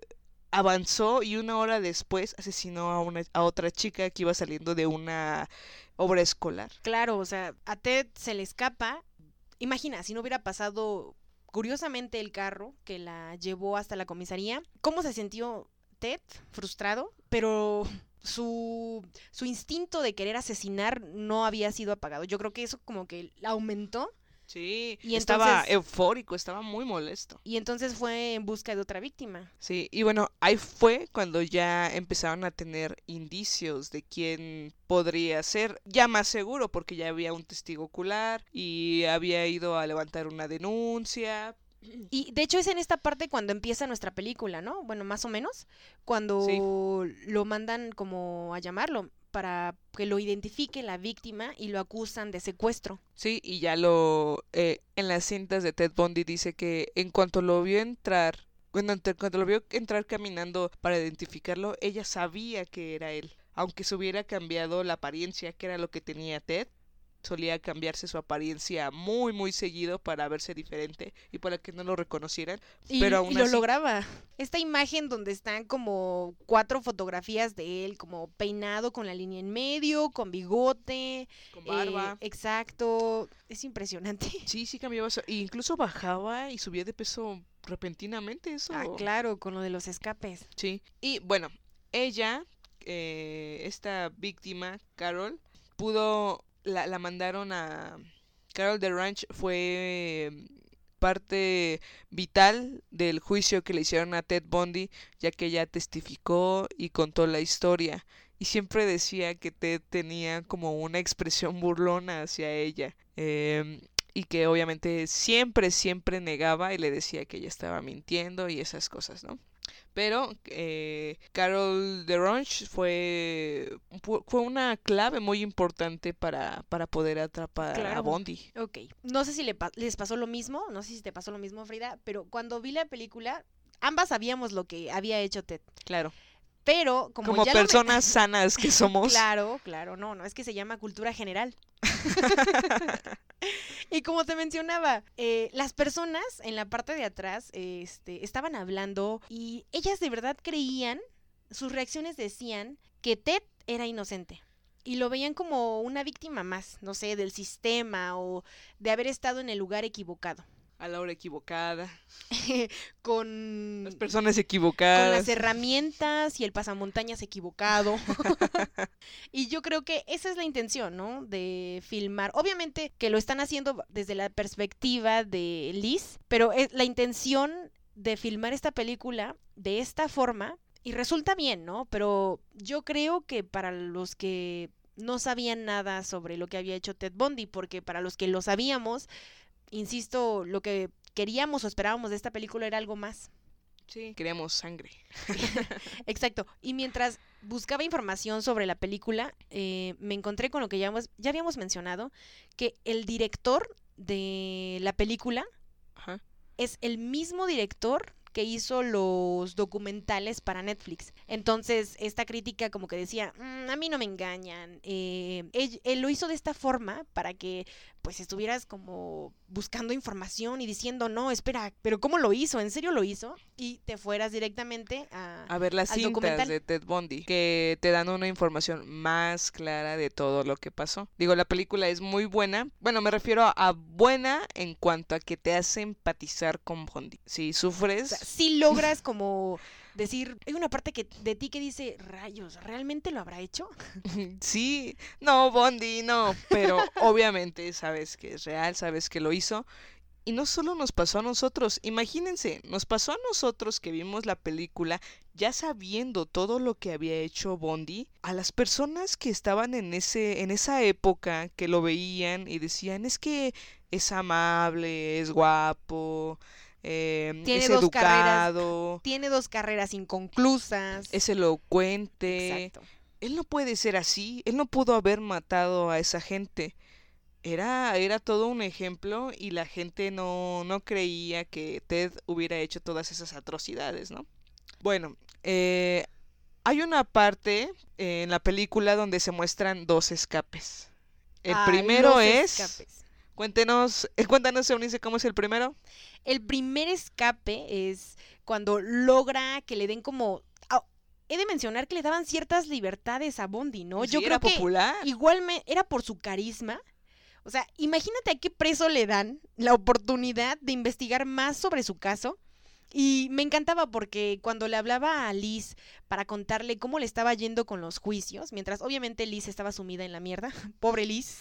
avanzó y una hora después asesinó a una a otra chica que iba saliendo de una obra escolar. Claro, o sea, a Ted se le escapa. Imagina, si no hubiera pasado curiosamente el carro que la llevó hasta la comisaría, ¿cómo se sintió Ted? Frustrado, pero su, su instinto de querer asesinar no había sido apagado. Yo creo que eso como que aumentó Sí, Y estaba entonces- eufórico, estaba muy molesto. y entonces fue en busca de otra víctima. Sí, y bueno, ahí fue cuando ya empezaron a tener indicios de quién podría ser, ya más seguro, porque ya había un testigo ocular y había ido a levantar una denuncia. Y de hecho es en esta parte cuando empieza nuestra película, ¿no? Bueno, más o menos, cuando lo mandan como a llamarlo para que lo identifique la víctima y lo acusan de secuestro. Sí, y ya lo, eh, en las cintas de Ted Bundy dice que en cuanto lo vio entrar, cuando, ent- cuando lo vio entrar caminando para identificarlo, ella sabía que era él. Aunque se hubiera cambiado la apariencia, que era lo que tenía Ted, solía cambiarse su apariencia muy muy seguido para verse diferente y para que no lo reconocieran, Y, pero y aún lo así, lograba. Esta imagen donde están como cuatro fotografías de él, como peinado con la línea en medio, con bigote, con barba. eh, exacto, es impresionante. Sí, sí cambiaba eso, e incluso bajaba y subía de peso repentinamente, eso. Ah, claro, con lo de los escapes. Sí, y bueno, ella, eh, esta víctima, Carol, pudo, la, la mandaron a... Carol de Ranch fue eh, parte vital del juicio que le hicieron a Ted Bundy, ya que ella testificó y contó la historia. Y siempre decía que Ted tenía como una expresión burlona hacia ella. em, y que obviamente siempre, siempre negaba y le decía que ella estaba mintiendo y esas cosas, ¿no? Pero eh, Carol DeRonch fue, fu- fue una clave muy importante para, para poder atrapar a Claro. Bondi. Ok, no sé si le pa- les pasó lo mismo, no sé si te pasó lo mismo, Frida, pero cuando vi la película, ambas sabíamos lo que había hecho Ted. Claro. Pero como, Como ya lo me- personas sanas que somos. Claro, claro, no, no, es que se llama cultura general. Y como te mencionaba, eh, las personas en la parte de atrás este, estaban hablando y ellas de verdad creían sus reacciones decían que Ted era inocente. Y lo veían como una víctima más, no sé, del sistema o de haber estado en el lugar equivocado. A la hora equivocada. con... Las personas Con equivocadas. las herramientas y el pasamontañas equivocado. Y yo creo que esa es la intención, ¿no? De filmar. Obviamente que lo están haciendo desde la perspectiva de Liz, pero es la intención de filmar esta película de esta forma, y resulta bien, ¿no? Pero yo creo que para los que no sabían nada sobre lo que había hecho Ted Bundy, porque para los que lo sabíamos, insisto, lo que queríamos o esperábamos de esta película era algo más. Sí, queríamos sangre. Exacto. Y mientras buscaba información sobre la película, eh, me encontré con lo que ya, hemos, ya habíamos mencionado, que el director de la película Ajá. es el mismo director que hizo los documentales para Netflix. Entonces, esta crítica como que decía, mmm, a mí no me engañan. Eh, él, él lo hizo de esta forma para que pues estuvieras como buscando información y diciendo, no, espera, pero ¿cómo lo hizo? ¿En serio lo hizo? Y te fueras directamente a, a ver las al cintas documental. de Ted Bundy, que te dan una información más clara de todo lo que pasó. Digo, la película es muy buena. Bueno, me refiero a, a buena en cuanto a que te hace empatizar con Bundy. Si sufres... O sea, sí logras como decir, hay una parte que de ti que dice, rayos, ¿realmente lo habrá hecho? Sí, no, Bundy, no, pero obviamente sabes que es real, sabes que lo hizo. Y no solo nos pasó a nosotros, imagínense, nos pasó a nosotros que vimos la película ya sabiendo todo lo que había hecho Bundy, a las personas que estaban en ese, en esa época, que lo veían y decían, es que es amable, es guapo, eh, Tiene es dos educado, carreras, tiene dos carreras inconclusas. es elocuente. Exacto. Él no puede ser así, él no pudo haber matado a esa gente. Era, era todo un ejemplo y la gente no, no creía que Ted hubiera hecho todas esas atrocidades, ¿no? Bueno, eh, hay una parte eh, en la película donde se muestran dos escapes. El Ah, primero los es... escapes. Cuéntenos, eh, cuéntanos, Eunice, ¿cómo es el primero? El primer escape es cuando logra que le den como... ah, he de mencionar que le daban ciertas libertades a Bundy, ¿no? Sí, Yo era creo que popular. igual me, era por su carisma. O sea, imagínate a qué preso le dan la oportunidad de investigar más sobre su caso. Y me encantaba porque cuando le hablaba a Liz para contarle cómo le estaba yendo con los juicios, mientras obviamente Liz estaba sumida en la mierda, pobre Liz,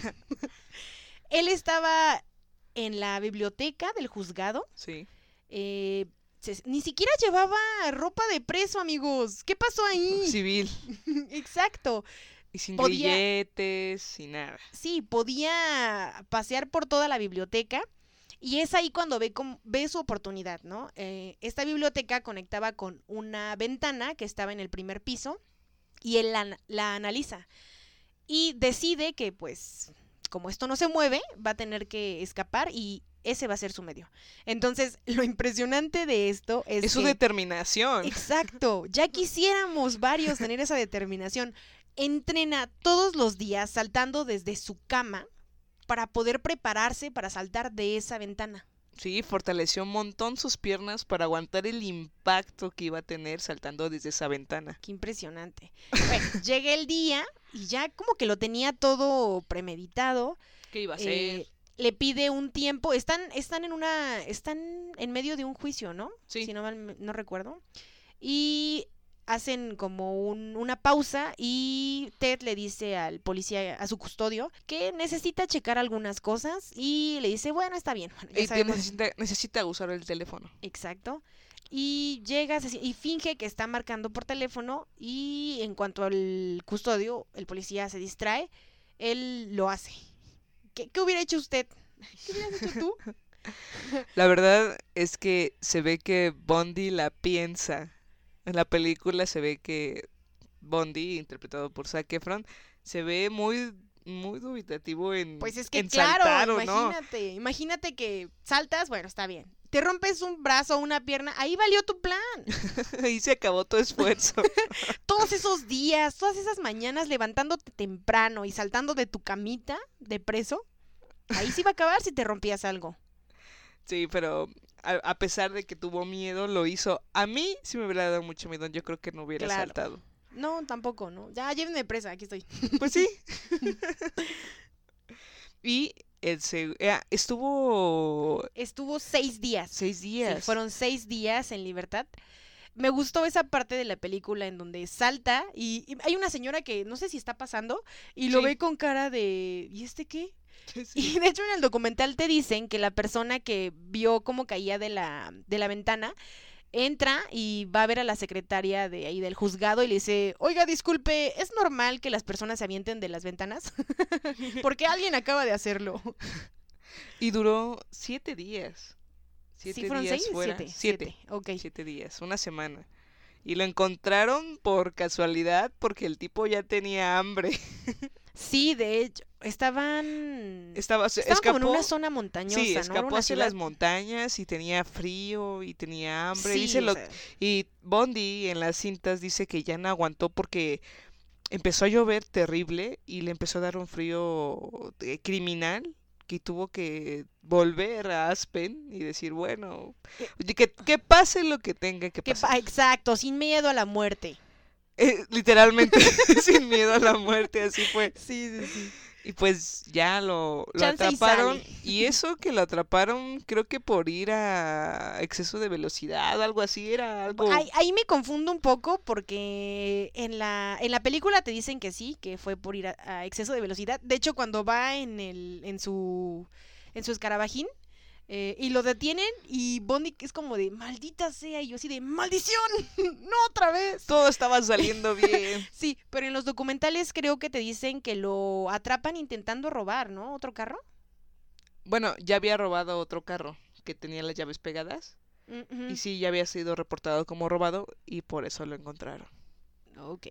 él estaba en la biblioteca del juzgado. Sí. Eh, se- ni siquiera llevaba ropa de preso, amigos. ¿Qué pasó ahí? Civil. Exacto. Y sin Podía- grilletes, sin nada. Sí, podía pasear por toda la biblioteca y es ahí cuando ve, com- ve su oportunidad, ¿no? Eh, esta biblioteca conectaba con una ventana que estaba en el primer piso y él la, la analiza y decide que pues como esto no se mueve va a tener que escapar y ese va a ser su medio. Entonces lo impresionante de esto es, Es su que... determinación. Exacto, ya quisiéramos varios tener esa determinación. Entrena todos los días saltando desde su cama para poder prepararse para saltar de esa ventana. Sí, fortaleció un montón sus piernas para aguantar el impacto que iba a tener saltando desde esa ventana. Qué impresionante. Bueno, llega el día y ya como que lo tenía todo premeditado. ¿Qué iba a Eh, hacer? le pide un tiempo. Están, están en una, están en medio de un juicio, ¿no? Sí. Si no mal me- no recuerdo. Y hacen como un- una pausa y Ted le dice al policía, a su custodio, que necesita checar algunas cosas y le dice, bueno, está bien. Bueno, ya Y te sabemos- necesita, necesita usar el teléfono. Exacto. Y llega se- y finge que está marcando por teléfono y en cuanto al custodio, el policía se distrae, él lo hace. ¿Qué, qué hubiera hecho usted? ¿Qué hubieras hecho tú? La verdad es que se ve que Bundy la piensa. En la película se ve que Bundy, interpretado por Zac Efron, se ve muy, muy dubitativo en, Pues es que en claro, saltar o no. imagínate, imagínate que saltas, bueno, está bien. Te rompes un brazo o una pierna, ahí valió tu plan. Ahí se acabó tu esfuerzo. Todos esos días, todas esas mañanas levantándote temprano y saltando de tu camita de preso, ahí sí va a acabar si te rompías algo. Sí, pero a, a pesar de que tuvo miedo, lo hizo. A mí sí me hubiera dado mucho miedo, yo creo que no hubiera Claro. saltado. No, tampoco, ¿no? Ya, llévenme presa, aquí estoy. Pues sí. Y el seg- eh, estuvo Estuvo seis días. seis Sí, días. fueron seis días en libertad. Me gustó esa parte de la película en donde salta y, y hay una señora que no sé si está pasando y lo Sí. ve con cara de ¿y este qué? Sí. Y de hecho en el documental te dicen que la persona que vio cómo caía de la, de la ventana entra y va a ver a la secretaria de ahí del juzgado y le dice, oiga, disculpe, ¿es normal que las personas se avienten de las ventanas? Porque alguien acaba de hacerlo. Y duró siete días. Siete ¿Sí fueron días seis? fuera. Siete. Siete. Siete, ok. Siete días, una semana. Y lo encontraron por casualidad porque el tipo ya tenía hambre. Sí, de hecho, estaban... Estaba, se- Estaban como en escapó. una zona montañosa, Sí, ¿no? Era escapó una hacia ciudad- las montañas y tenía frío y tenía hambre. Sí, Dice o lo, sea, y Bondi en las cintas dice que ya no aguantó porque empezó a llover terrible y le empezó a dar un frío eh, criminal que tuvo que volver a Aspen y decir, bueno, Eh, que, que pase lo que tenga que que pasar. pa- exacto, sin miedo a la muerte. Eh, literalmente, sin miedo a la muerte, así fue. Sí, sí, sí. Y pues ya lo, lo Chance y atraparon. sale. Y eso que lo atraparon, creo que por ir a exceso de velocidad, algo así, era algo... Ahí, ahí me confundo un poco porque en la, en la película te dicen que sí, que fue por ir a, a exceso de velocidad. De hecho, cuando va en el, en su, en su escarabajín eh, y lo detienen y Bondi es como de maldita sea y yo así de maldición, no otra vez. Todo estaba saliendo bien. Sí, pero en los documentales creo que te dicen que lo atrapan intentando robar, ¿no? ¿Otro carro? Bueno, ya había robado otro carro que tenía las llaves pegadas. Mm, ujú. Y sí, ya había sido reportado como robado y por eso lo encontraron. Ok.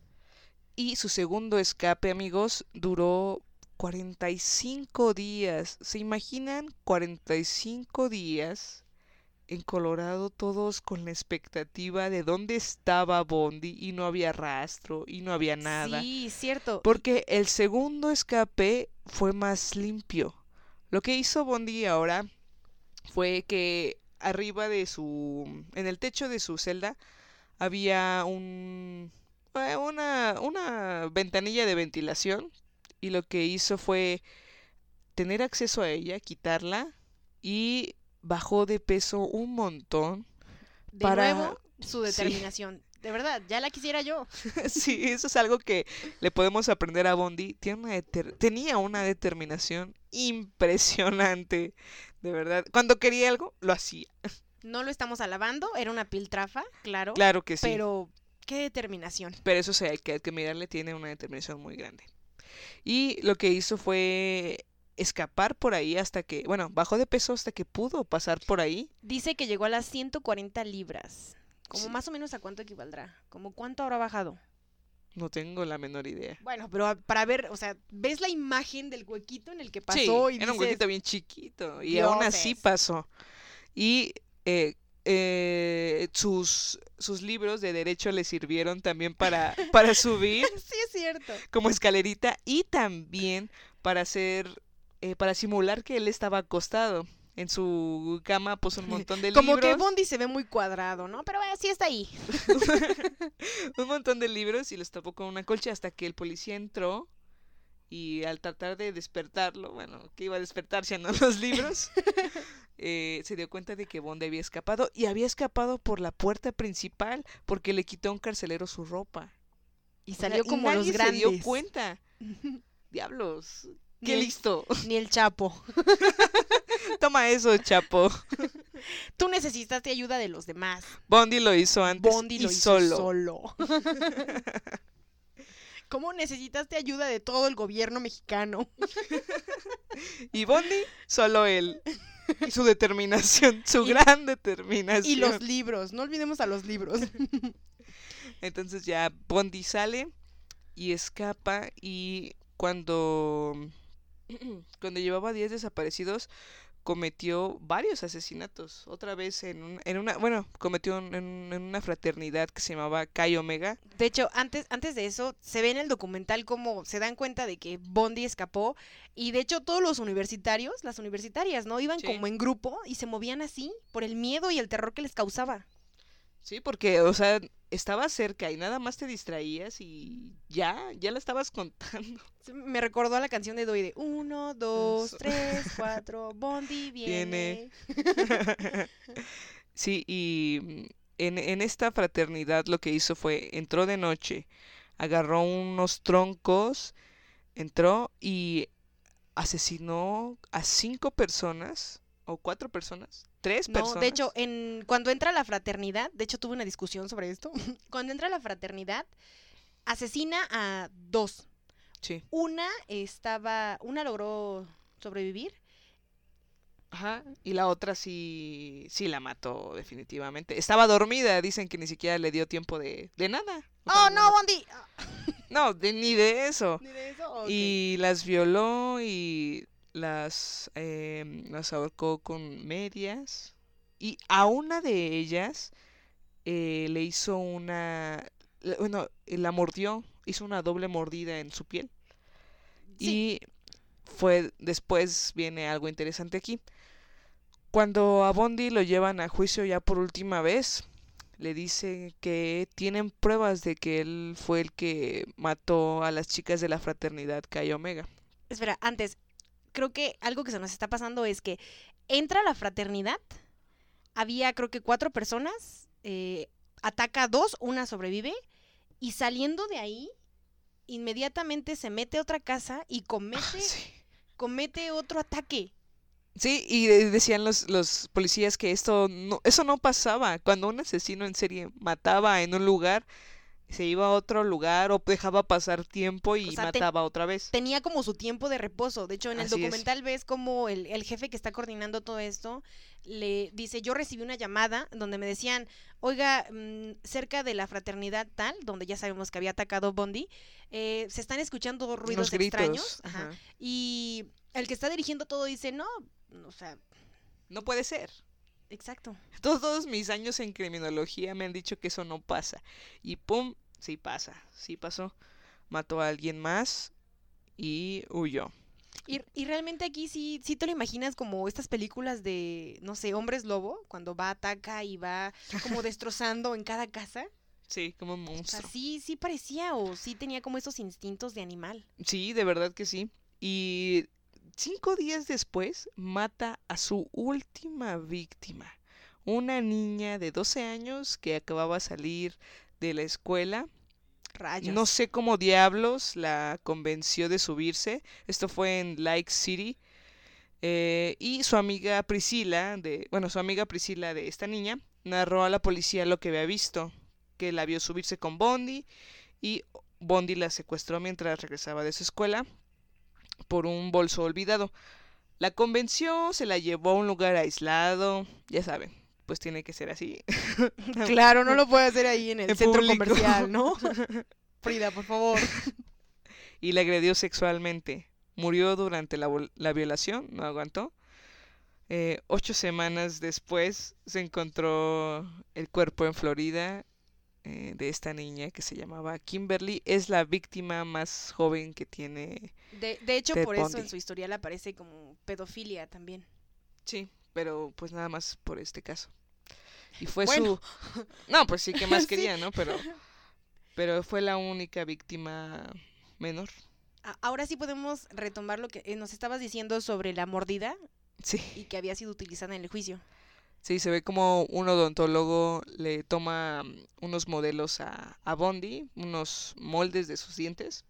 Y su segundo escape, amigos, duró cuarenta y cinco días. ¿Se imaginan cuarenta y cinco días en Colorado todos con la expectativa de dónde estaba Bondi y no había rastro y no había nada? Sí, cierto. Porque el segundo escape fue más limpio. Lo que hizo Bondi ahora fue que arriba de su... en el techo de su celda había un... eh, una, una ventanilla de ventilación y lo que hizo fue tener acceso a ella, quitarla y bajó de peso un montón. De para- nuevo, su sí. determinación. De verdad, ya la quisiera yo. Sí, eso es algo que le podemos aprender a Bondi. Tiene una deter- tenía una determinación impresionante, de verdad. Cuando quería algo, lo hacía. No lo estamos alabando, era una piltrafa, claro. Claro que sí. Pero, qué determinación. Pero eso sí, hay que, hay que mirarle, tiene una determinación muy grande. Y lo que hizo fue escapar por ahí hasta que, bueno, bajó de peso hasta que pudo pasar por ahí. Dice que llegó a las ciento cuarenta libras. Como Sí. más o menos a cuánto equivaldrá. Como cuánto habrá bajado. No tengo la menor idea. Bueno, pero a- para ver, o sea, ves la imagen del huequito en el que pasó Sí, y era un dices, huequito bien chiquito y aún así "Dioses". pasó. Y eh, eh, sus, sus libros de derecho le sirvieron también para, para subir Sí, es cierto. como escalerita y también para hacer, eh, para simular que él estaba acostado. En su cama puso un montón de Como libros. que Bondi se ve muy cuadrado, ¿no? Pero eh, sí está ahí. un montón de libros y los tapó con una colcha hasta que el policía entró y al tratar de despertarlo, bueno, que iba a despertarse, ¿no? Los libros, eh, se dio cuenta de que Bondi había escapado y había escapado por la puerta principal porque le quitó a un carcelero su ropa. Y O sea, salió y como nadie los grandes. se dio cuenta. Diablos, qué Ni el- listo. Ni el Chapo. Toma eso, Chapo. Tú necesitaste ayuda de los demás. Bondi lo hizo antes Bondi y lo hizo solo. solo. ¿Cómo necesitaste ayuda de todo el gobierno mexicano? Y Bondi, solo él. Y su determinación, su Y- gran determinación. Y los libros, no olvidemos a los libros. Entonces ya Bondi sale y escapa y cuando, cuando llevaba días desaparecidos, cometió varios asesinatos. Otra vez en, un, en una, bueno, cometió en, en una fraternidad que se llamaba Chi Omega. De hecho, antes, antes de eso, se ve en el documental cómo se dan cuenta de que Bundy escapó. Y de hecho, todos los universitarios, las universitarias, ¿no? Iban Sí. como en grupo y se movían así por el miedo y el terror que les causaba. Sí, porque, o sea, estaba cerca y nada más te distraías y ya, ya la estabas contando. Sí, me recordó a la canción de Doy de uno, dos, Eso. tres, cuatro, Bundy viene. Viene. Sí, y mm, en, en esta fraternidad lo que hizo fue, entró de noche, agarró unos troncos, entró y asesinó a cinco personas, o cuatro personas, tres No, personas. de hecho, en cuando entra a la fraternidad, de hecho tuve una discusión sobre esto. Cuando entra a la fraternidad, asesina a dos. Sí, Una estaba, una logró sobrevivir. ajá, y la otra sí, sí la mató definitivamente. Estaba dormida, dicen que ni siquiera le dio tiempo de, de nada. O sea, ¡Oh, no, Bundy! Ah, No, de- ni de eso. ¿Ni de eso? Ok. Y las violó y las, em, las ahorcó con medias. Y a una de ellas eh, le hizo una... le- Bueno, eh, la mordió, hizo una doble mordida en su piel. Sí. Y fue, después viene algo interesante aquí. Cuando a Bundy lo llevan a juicio ya por última vez, le dice que tienen pruebas de que él fue el que mató a las chicas de la fraternidad Chi Omega. Espera, antes, creo que algo que se nos está pasando es que entra a la fraternidad, había creo que cuatro personas, eh, ataca a dos, una sobrevive, y saliendo de ahí, inmediatamente se mete a otra casa y comete, Sí. comete otro ataque. Sí, y de- decían los, los policías que esto no, eso no pasaba. Cuando un asesino en serie mataba en un lugar, se iba a otro lugar o dejaba pasar tiempo y O sea, ten- mataba otra vez. Tenía como su tiempo de reposo. De hecho, en el Así es. documental ves como el, el jefe que está coordinando todo esto le dice, yo recibí una llamada donde me decían, oiga, mm, cerca de la fraternidad tal, donde ya sabemos que había atacado Bundy, eh, se están escuchando ruidos Unos gritos. extraños. Ajá. Ajá. Y el que está dirigiendo todo dice, no, o sea, No puede ser. exacto. Todos, todos mis años en criminología me han dicho que eso no pasa. Y pum, sí pasa, sí pasó. Mató a alguien más y huyó. Y, y realmente aquí sí, sí te lo imaginas como estas películas de, no sé, hombres lobo, cuando va, ataca y va como destrozando en cada casa. Sí, como un O sea, monstruo. sí, sí parecía o sí tenía como esos instintos de animal. Sí, de verdad que sí. Y cinco días después mata a su última víctima. Una niña de doce años que acababa de salir de la escuela. Rayos. No sé cómo diablos la convenció de subirse. Esto fue en Lake City. Eh, y su amiga Priscila, de, bueno, su amiga Priscila de esta niña, narró a la policía lo que había visto, que la vio subirse con Bundy y Bundy la secuestró mientras regresaba de su escuela por un bolso olvidado. La convenció, se la llevó a un lugar aislado, ya saben, pues tiene que ser así. Claro, no lo puede hacer ahí en el En centro público. comercial, ¿no? Frida, por favor. Y la agredió sexualmente. Murió durante la, vol- la violación, no aguantó. Eh, ocho semanas después se encontró el cuerpo en Florida eh, de esta niña que se llamaba Kimberly. Es la víctima más joven que tiene. De, de hecho, Ted por eso Bundy. en su historial aparece como pedofilia también. Sí, pero pues nada más por este caso. Y fue Bueno. su... No, pues sí, que más Sí. quería, ¿no? Pero, pero fue la única víctima menor. A- Ahora sí podemos retomar lo que eh, nos estabas diciendo sobre la mordida Sí. y que había sido utilizada en el juicio. Sí, se ve como un odontólogo le toma mm, unos modelos a, a Bundy, unos moldes de sus dientes,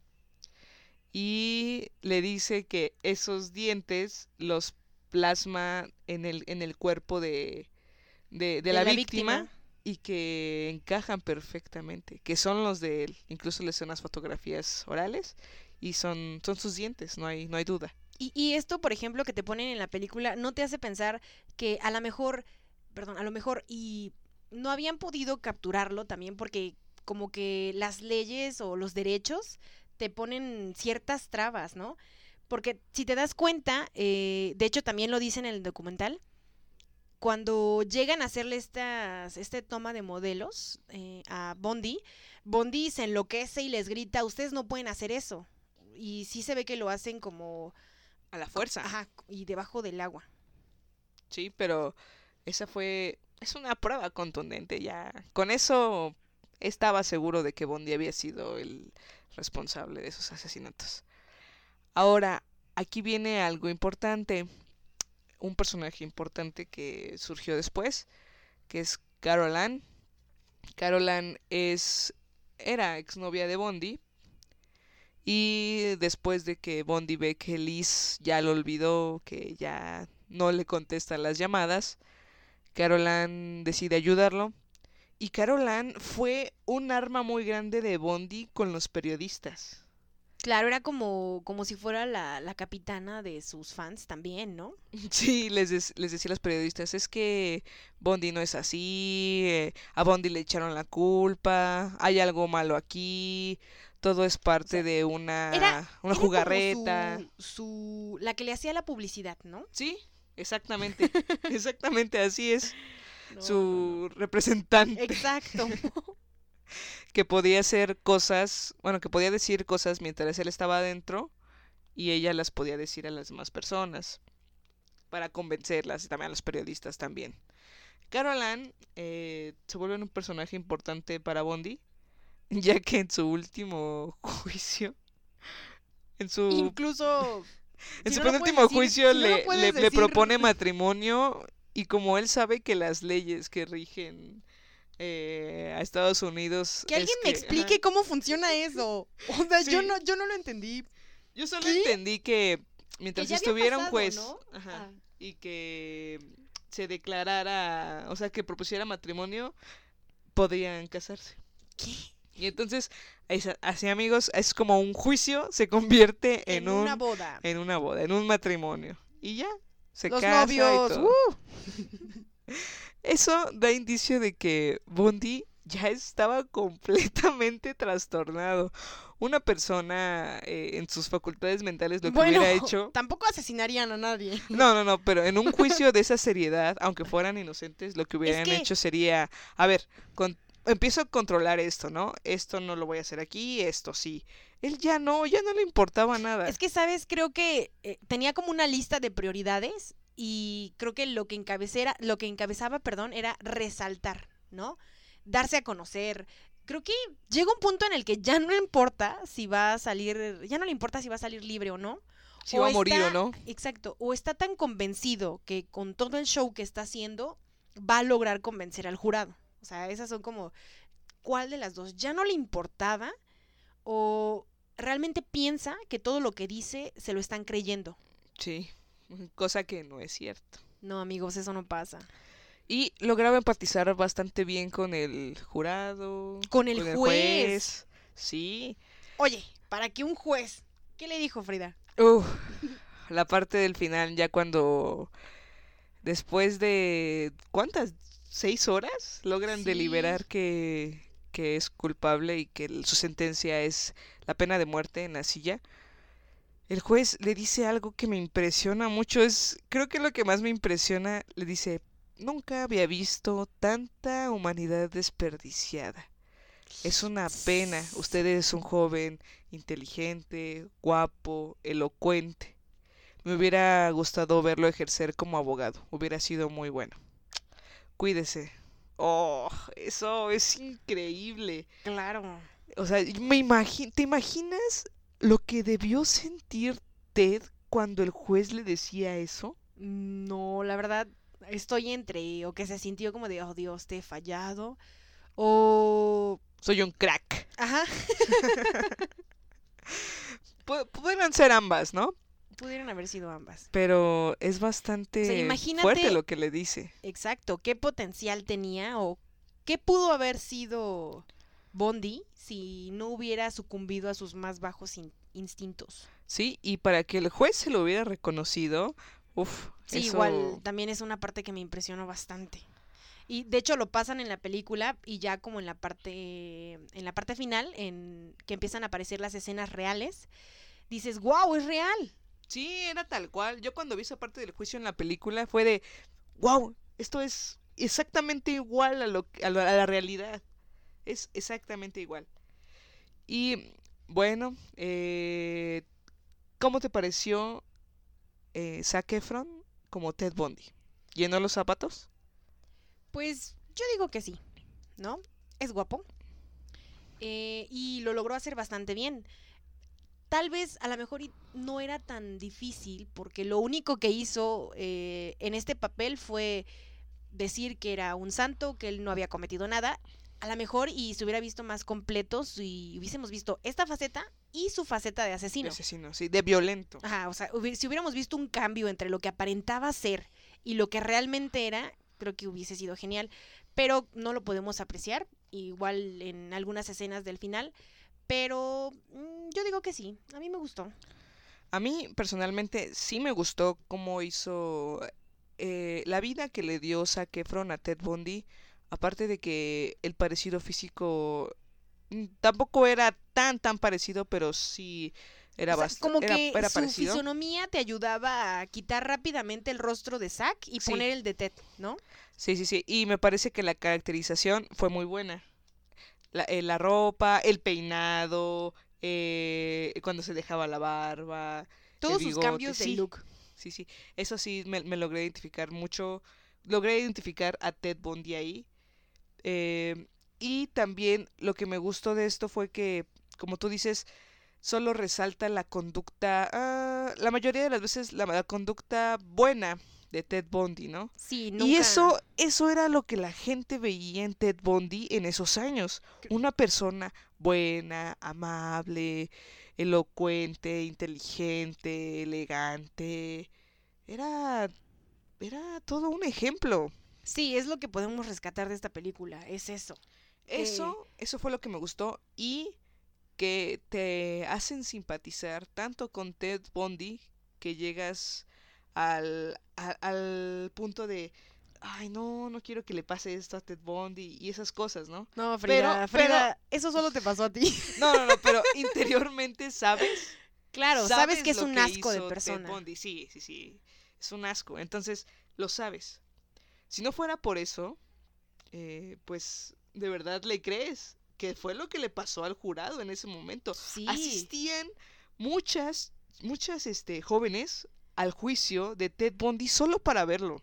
y le dice que esos dientes los plasma en el, en el cuerpo de, de, de la, víctima, y que encajan perfectamente, que son los de él. Incluso le hacen unas fotografías orales y son, son sus dientes, no hay, no hay duda. Y, y esto, por ejemplo, que te ponen en la película, ¿no te hace pensar que a lo mejor, perdón, a lo mejor y no habían podido capturarlo también porque como que las leyes o los derechos te ponen ciertas trabas, ¿no? Porque si te das cuenta, eh, de hecho también lo dice en el documental, cuando llegan a hacerle estas, este toma de modelos eh, a Bondi, Bondi se enloquece y les grita, ustedes no pueden hacer eso. Y sí se ve que lo hacen como... A la fuerza. Ajá, y debajo del agua. Sí, pero esa fue... Es una prueba contundente ya. Con eso estaba seguro de que Bondi había sido el responsable de esos asesinatos. Ahora, aquí viene algo importante. Un personaje importante que surgió después, que es Carol Ann. Carol Ann es, era exnovia de Bondi. Y después de que Bondi ve que Liz ya lo olvidó, que ya no le contesta las llamadas, Carol Ann decide ayudarlo. Y Carol Ann fue un arma muy grande de Bondi con los periodistas. Claro, era como, como si fuera la, la capitana de sus fans también, ¿no? Sí, les, des- les decía a los periodistas, es que Bondi no es así, eh, a Bondi le echaron la culpa, hay algo malo aquí, todo es parte sea, de una, Era, una era jugarreta. como su, su... la que le hacía la publicidad, ¿no? Sí, exactamente, exactamente así es, No, no, su no. representante. Exacto. Que podía hacer cosas, bueno, que podía decir cosas mientras él estaba adentro y ella las podía decir a las demás personas para convencerlas y también a los periodistas también. Carol Ann eh, se vuelve un personaje importante para Bondi, ya que en su último juicio, en su, Incluso... en si su no lo penúltimo puedes decir- juicio si no lo le, puedes le, le decir- propone matrimonio y como él sabe que las leyes que rigen eh, a Estados Unidos... Que alguien es me que, explique ajá. cómo funciona eso. O sea, Sí. yo no, yo no lo entendí. Yo solo ¿Qué? entendí que mientras Que ya había estuviera un pasado, juez ¿no? ajá, Ah. y que se declarara, o sea, que propusiera matrimonio, podían casarse. ¿Qué? Y entonces, es- así amigos, es como un juicio se convierte en, En un, una boda. en una boda, en un matrimonio. Y ya, se Los casa novios. y todo. ¡uh! Eso da indicio de que Bondi ya estaba completamente trastornado. Una persona eh, en sus facultades mentales lo que Bueno, hubiera hecho... tampoco asesinarían a nadie. No, no, no, pero en un juicio de esa seriedad, aunque fueran inocentes, lo que hubieran que- hecho sería, a ver, con- empiezo a controlar esto, ¿no? Esto no lo voy a hacer aquí, esto sí. Él ya no, ya no le importaba nada. Es que, ¿sabes? Creo que eh, tenía como una lista de prioridades y creo que lo que encabecera, lo que encabezaba, perdón, era resaltar, ¿no? Darse a conocer. Creo que llega un punto en el que ya no importa si va a salir, ya no le importa si va a salir libre o no. Si o va a morir está- o no. Exacto, o está tan convencido que con todo el show que está haciendo va a lograr convencer al jurado. O sea, esas son como, ¿cuál de las dos? ¿Ya no le importaba o realmente piensa que todo lo que dice se lo están creyendo? Sí, cosa que no es cierto. No, amigos, eso no pasa. Y lograba empatizar bastante bien con el jurado. Con el juez. Sí. Oye, para que un juez, ¿qué le dijo Frida? Uf, la parte del final, ya cuando después de ¿cuántas? ¿Seis horas? Logran Sí. deliberar que, que es culpable y que el- su sentencia es la pena de muerte en la silla. El juez le dice algo que me impresiona mucho. Es, creo que lo que más me impresiona, le dice, nunca había visto tanta humanidad desperdiciada. Es una pena. Usted es un joven inteligente, guapo, elocuente. Me hubiera gustado verlo ejercer como abogado. Hubiera sido muy bueno. Cuídese. Oh, eso es increíble. Claro. O sea, me imagi- ¿te imaginas lo que debió sentir Ted cuando el juez le decía eso? No, la verdad, estoy entre o que se sintió como de, oh Dios, te he fallado, o... Soy un crack. Ajá, Pu- Pudieran ser ambas, ¿no? pudieron haber sido ambas. Pero es bastante O sea, imagínate- fuerte lo que le dice. Exacto, ¿qué potencial tenía o qué pudo haber sido Bondi si no hubiera sucumbido a sus más bajos in- instintos? Sí, y para que el juez se lo hubiera reconocido, uff, Sí, eso... igual también es una parte que me impresionó bastante. Y de hecho lo pasan en la película y ya como en la parte en la parte final en que empiezan a aparecer las escenas reales, dices, "Wow, es real." Sí, era tal cual. Yo cuando vi esa parte del juicio en la película fue de, wow, esto es exactamente igual a, lo, que- a, la, a la realidad. Es exactamente igual. Y bueno, eh, ¿cómo te pareció eh, Zac Efron como Ted Bundy? ¿Llenó los zapatos? Pues yo digo que sí, ¿no? Es guapo. eh, y lo logró hacer bastante bien. Tal vez a lo mejor y no era tan difícil porque lo único que hizo eh, en este papel fue decir que era un santo, que él no había cometido nada. A lo mejor y se hubiera visto más completo si hubiésemos visto esta faceta y su faceta de De asesino. asesino, sí, de violento. Ajá, o sea, hubi- si hubiéramos visto un cambio entre lo que aparentaba ser y lo que realmente era, creo que hubiese sido genial. Pero no lo podemos apreciar, igual en algunas escenas del final. Pero mm, yo digo que sí, a mí me gustó. A mí personalmente sí me gustó cómo hizo eh, la vida que le dio Zac Efron a Ted Bundy. Aparte de que el parecido físico mm, tampoco era tan tan parecido, pero sí era O sea, bastante como era, que era su parecido. fisonomía te ayudaba a quitar rápidamente el rostro de Zack y Sí, poner el de Ted, ¿no? sí, sí, sí. Y me parece que la caracterización fue muy buena. La, eh, la ropa, el peinado, eh, cuando se dejaba la barba, el Todos sus bigote, cambios de sí, look. sí, sí. Eso sí me, me logré identificar mucho. Logré identificar a Ted Bundy ahí. Eh, y también lo que me gustó de esto fue que, como tú dices, solo resalta la conducta, ah, la mayoría de las veces la, la conducta buena de Ted Bundy, ¿no? Sí, Y nunca. eso, eso era lo que la gente veía en Ted Bundy en esos años. Una persona buena, amable, elocuente, inteligente, elegante. Era, era todo un ejemplo. Sí, es lo que podemos rescatar de esta película, es eso. Que Eso, eso fue lo que me gustó y que te hacen simpatizar tanto con Ted Bundy que llegas al, a- al punto de, ay, no, no quiero que le pase esto a Ted Bundy y esas cosas, ¿no? no, Pero, Frida, pero, Frida, eso solo te pasó a ti. no, no, no, pero interiormente sabes, Claro, sabes que sabes es lo un que asco de hizo Ted persona. Bundy, sí, sí, sí, es un asco, entonces lo sabes. Si no fuera por eso, eh, pues de verdad le crees que fue lo que le pasó al jurado en ese momento. Sí. Asistían muchas, muchas este, jóvenes al juicio de Ted Bundy solo para verlo.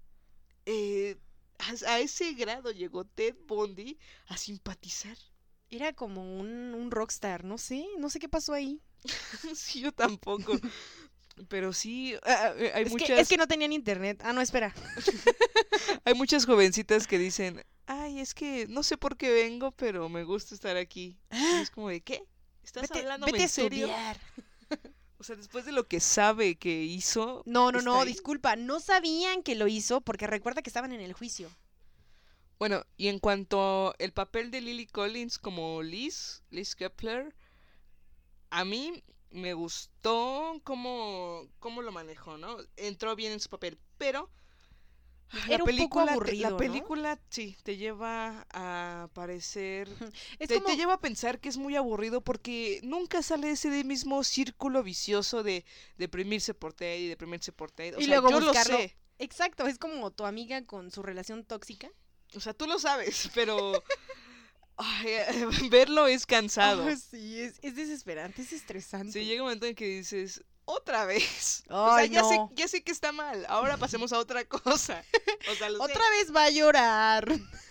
Eh, a, a ese grado llegó Ted Bundy a simpatizar. Era como un, un rockstar, no sé, no sé qué pasó ahí. Sí, yo tampoco. Pero sí, ah, ah, hay Es que, muchas, es que no tenían internet. Ah, no, espera. hay muchas jovencitas que dicen, ay, es que no sé por qué vengo, pero me gusta estar aquí. Y es como de, ¿qué? ¿Estás Vete, hablándome vete a en serio? estudiar. O sea, después de lo que sabe que hizo, No, no, está no, ahí. disculpa, no sabían que lo hizo porque recuerda que estaban en el juicio. Bueno, y en cuanto el papel de Lily Collins como Liz, Liz Kepler, a mí me gustó cómo, cómo lo manejó, ¿no? Entró bien en su papel, pero ah, la Era un poco película, te- aburrido, la ¿no? película, sí, te lleva a parecer, Es te, como, te lleva a pensar que es muy aburrido porque nunca sale ese de mismo círculo vicioso de deprimirse por Ted y deprimirse por Ted. O y sea, luego yo lo buscarlo. sé. Exacto, es como tu amiga con su relación tóxica. O sea, tú lo sabes, pero ay, verlo es cansado. Ah, sí, es, es desesperante, es estresante. Sí, llega un momento en que dices, otra vez. O sea, Ay, ya sé, no. ya sé que está mal. Ahora pasemos a otra cosa. O sea, lo sé. Otra vez va a llorar.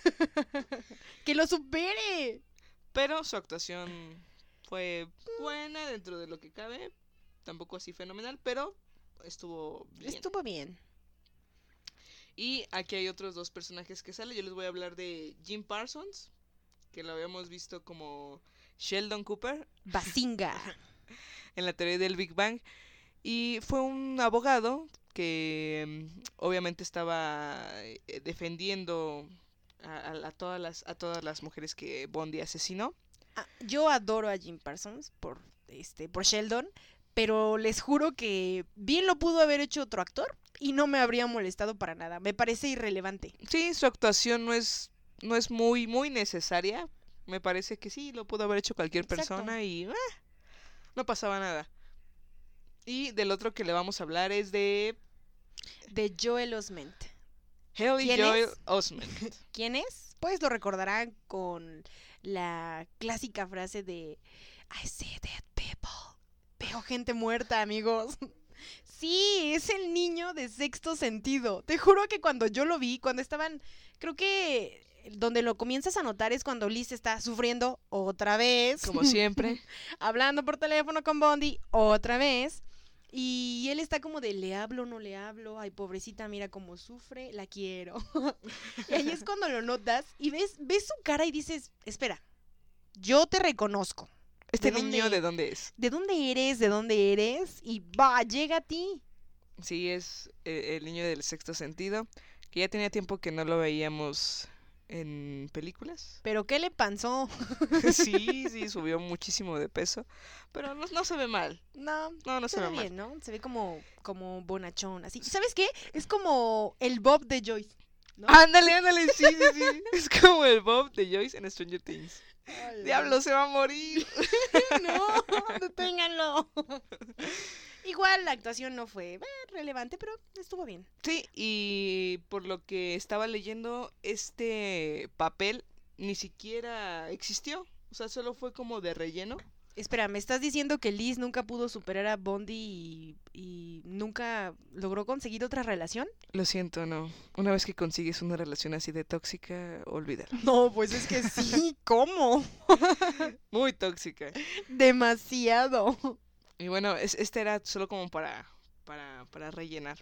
Que lo supere. Pero su actuación fue buena dentro de lo que cabe. Tampoco así fenomenal, pero estuvo bien. Estuvo bien. Y aquí hay otros dos personajes que salen. Yo les voy a hablar de Jim Parsons, que lo habíamos visto como Sheldon Cooper Bazinga. en la teoría del Big Bang. Y fue un abogado que mm, obviamente estaba eh, defendiendo a, a- a todas las, a todas las mujeres que Bondi asesinó. Ah, yo adoro a Jim Parsons por, este, por Sheldon, pero les juro que bien lo pudo haber hecho otro actor y no me habría molestado para nada. Me parece irrelevante. Sí, su actuación no es, no es muy, muy necesaria. Me parece que sí, lo pudo haber hecho cualquier Exacto. persona y ah, no pasaba nada. Y del otro que le vamos a hablar es de De Joel Osment. Haley ¿Quién Joel es? Osment. ¿Quién es? Pues lo recordarán con la clásica frase de I see dead people. Veo gente muerta, amigos. Sí, es el niño de Sexto Sentido. Te juro que cuando yo lo vi, cuando estaban, creo que donde lo comienzas a notar es cuando Liz está sufriendo otra vez. Como siempre. Hablando por teléfono con Bondi otra vez. Y él está como de, ¿le hablo o no le hablo? Ay, pobrecita, mira cómo sufre, la quiero. Y ahí es cuando lo notas y ves, ves su cara y dices, espera, yo te reconozco. Este ¿De niño, dónde- ¿de dónde es? ¿De dónde eres? ¿De dónde eres? Y va, llega a ti. Sí, es eh, el niño del sexto sentido, que ya tenía tiempo que no lo veíamos en películas. ¿Pero qué le pasó? Sí, sí, subió muchísimo de peso, pero no, no se ve mal. No, No, no se, se ve ve mal. bien, ¿no? Se ve como, como bonachón, así. ¿Sabes qué? Es como el Bob de Joyce, ¿no? Ándale, ándale, sí, sí, sí. Es como el Bob de Joyce en Stranger Things. Ay, ¡Diablo, se va a morir! no, deténganlo. Igual la actuación no fue eh, relevante, pero estuvo bien. Sí, y por lo que estaba leyendo, este papel ni siquiera existió. O sea, solo fue como de relleno. Espera, ¿me estás diciendo que Liz nunca pudo superar a Bondi y, y nunca logró conseguir otra relación? Lo siento, no. Una vez que consigues una relación así de tóxica, olvídalo. No, pues es que sí, ¿cómo? Muy tóxica. Demasiado. Y bueno, es, este era solo como para, para, para rellenar.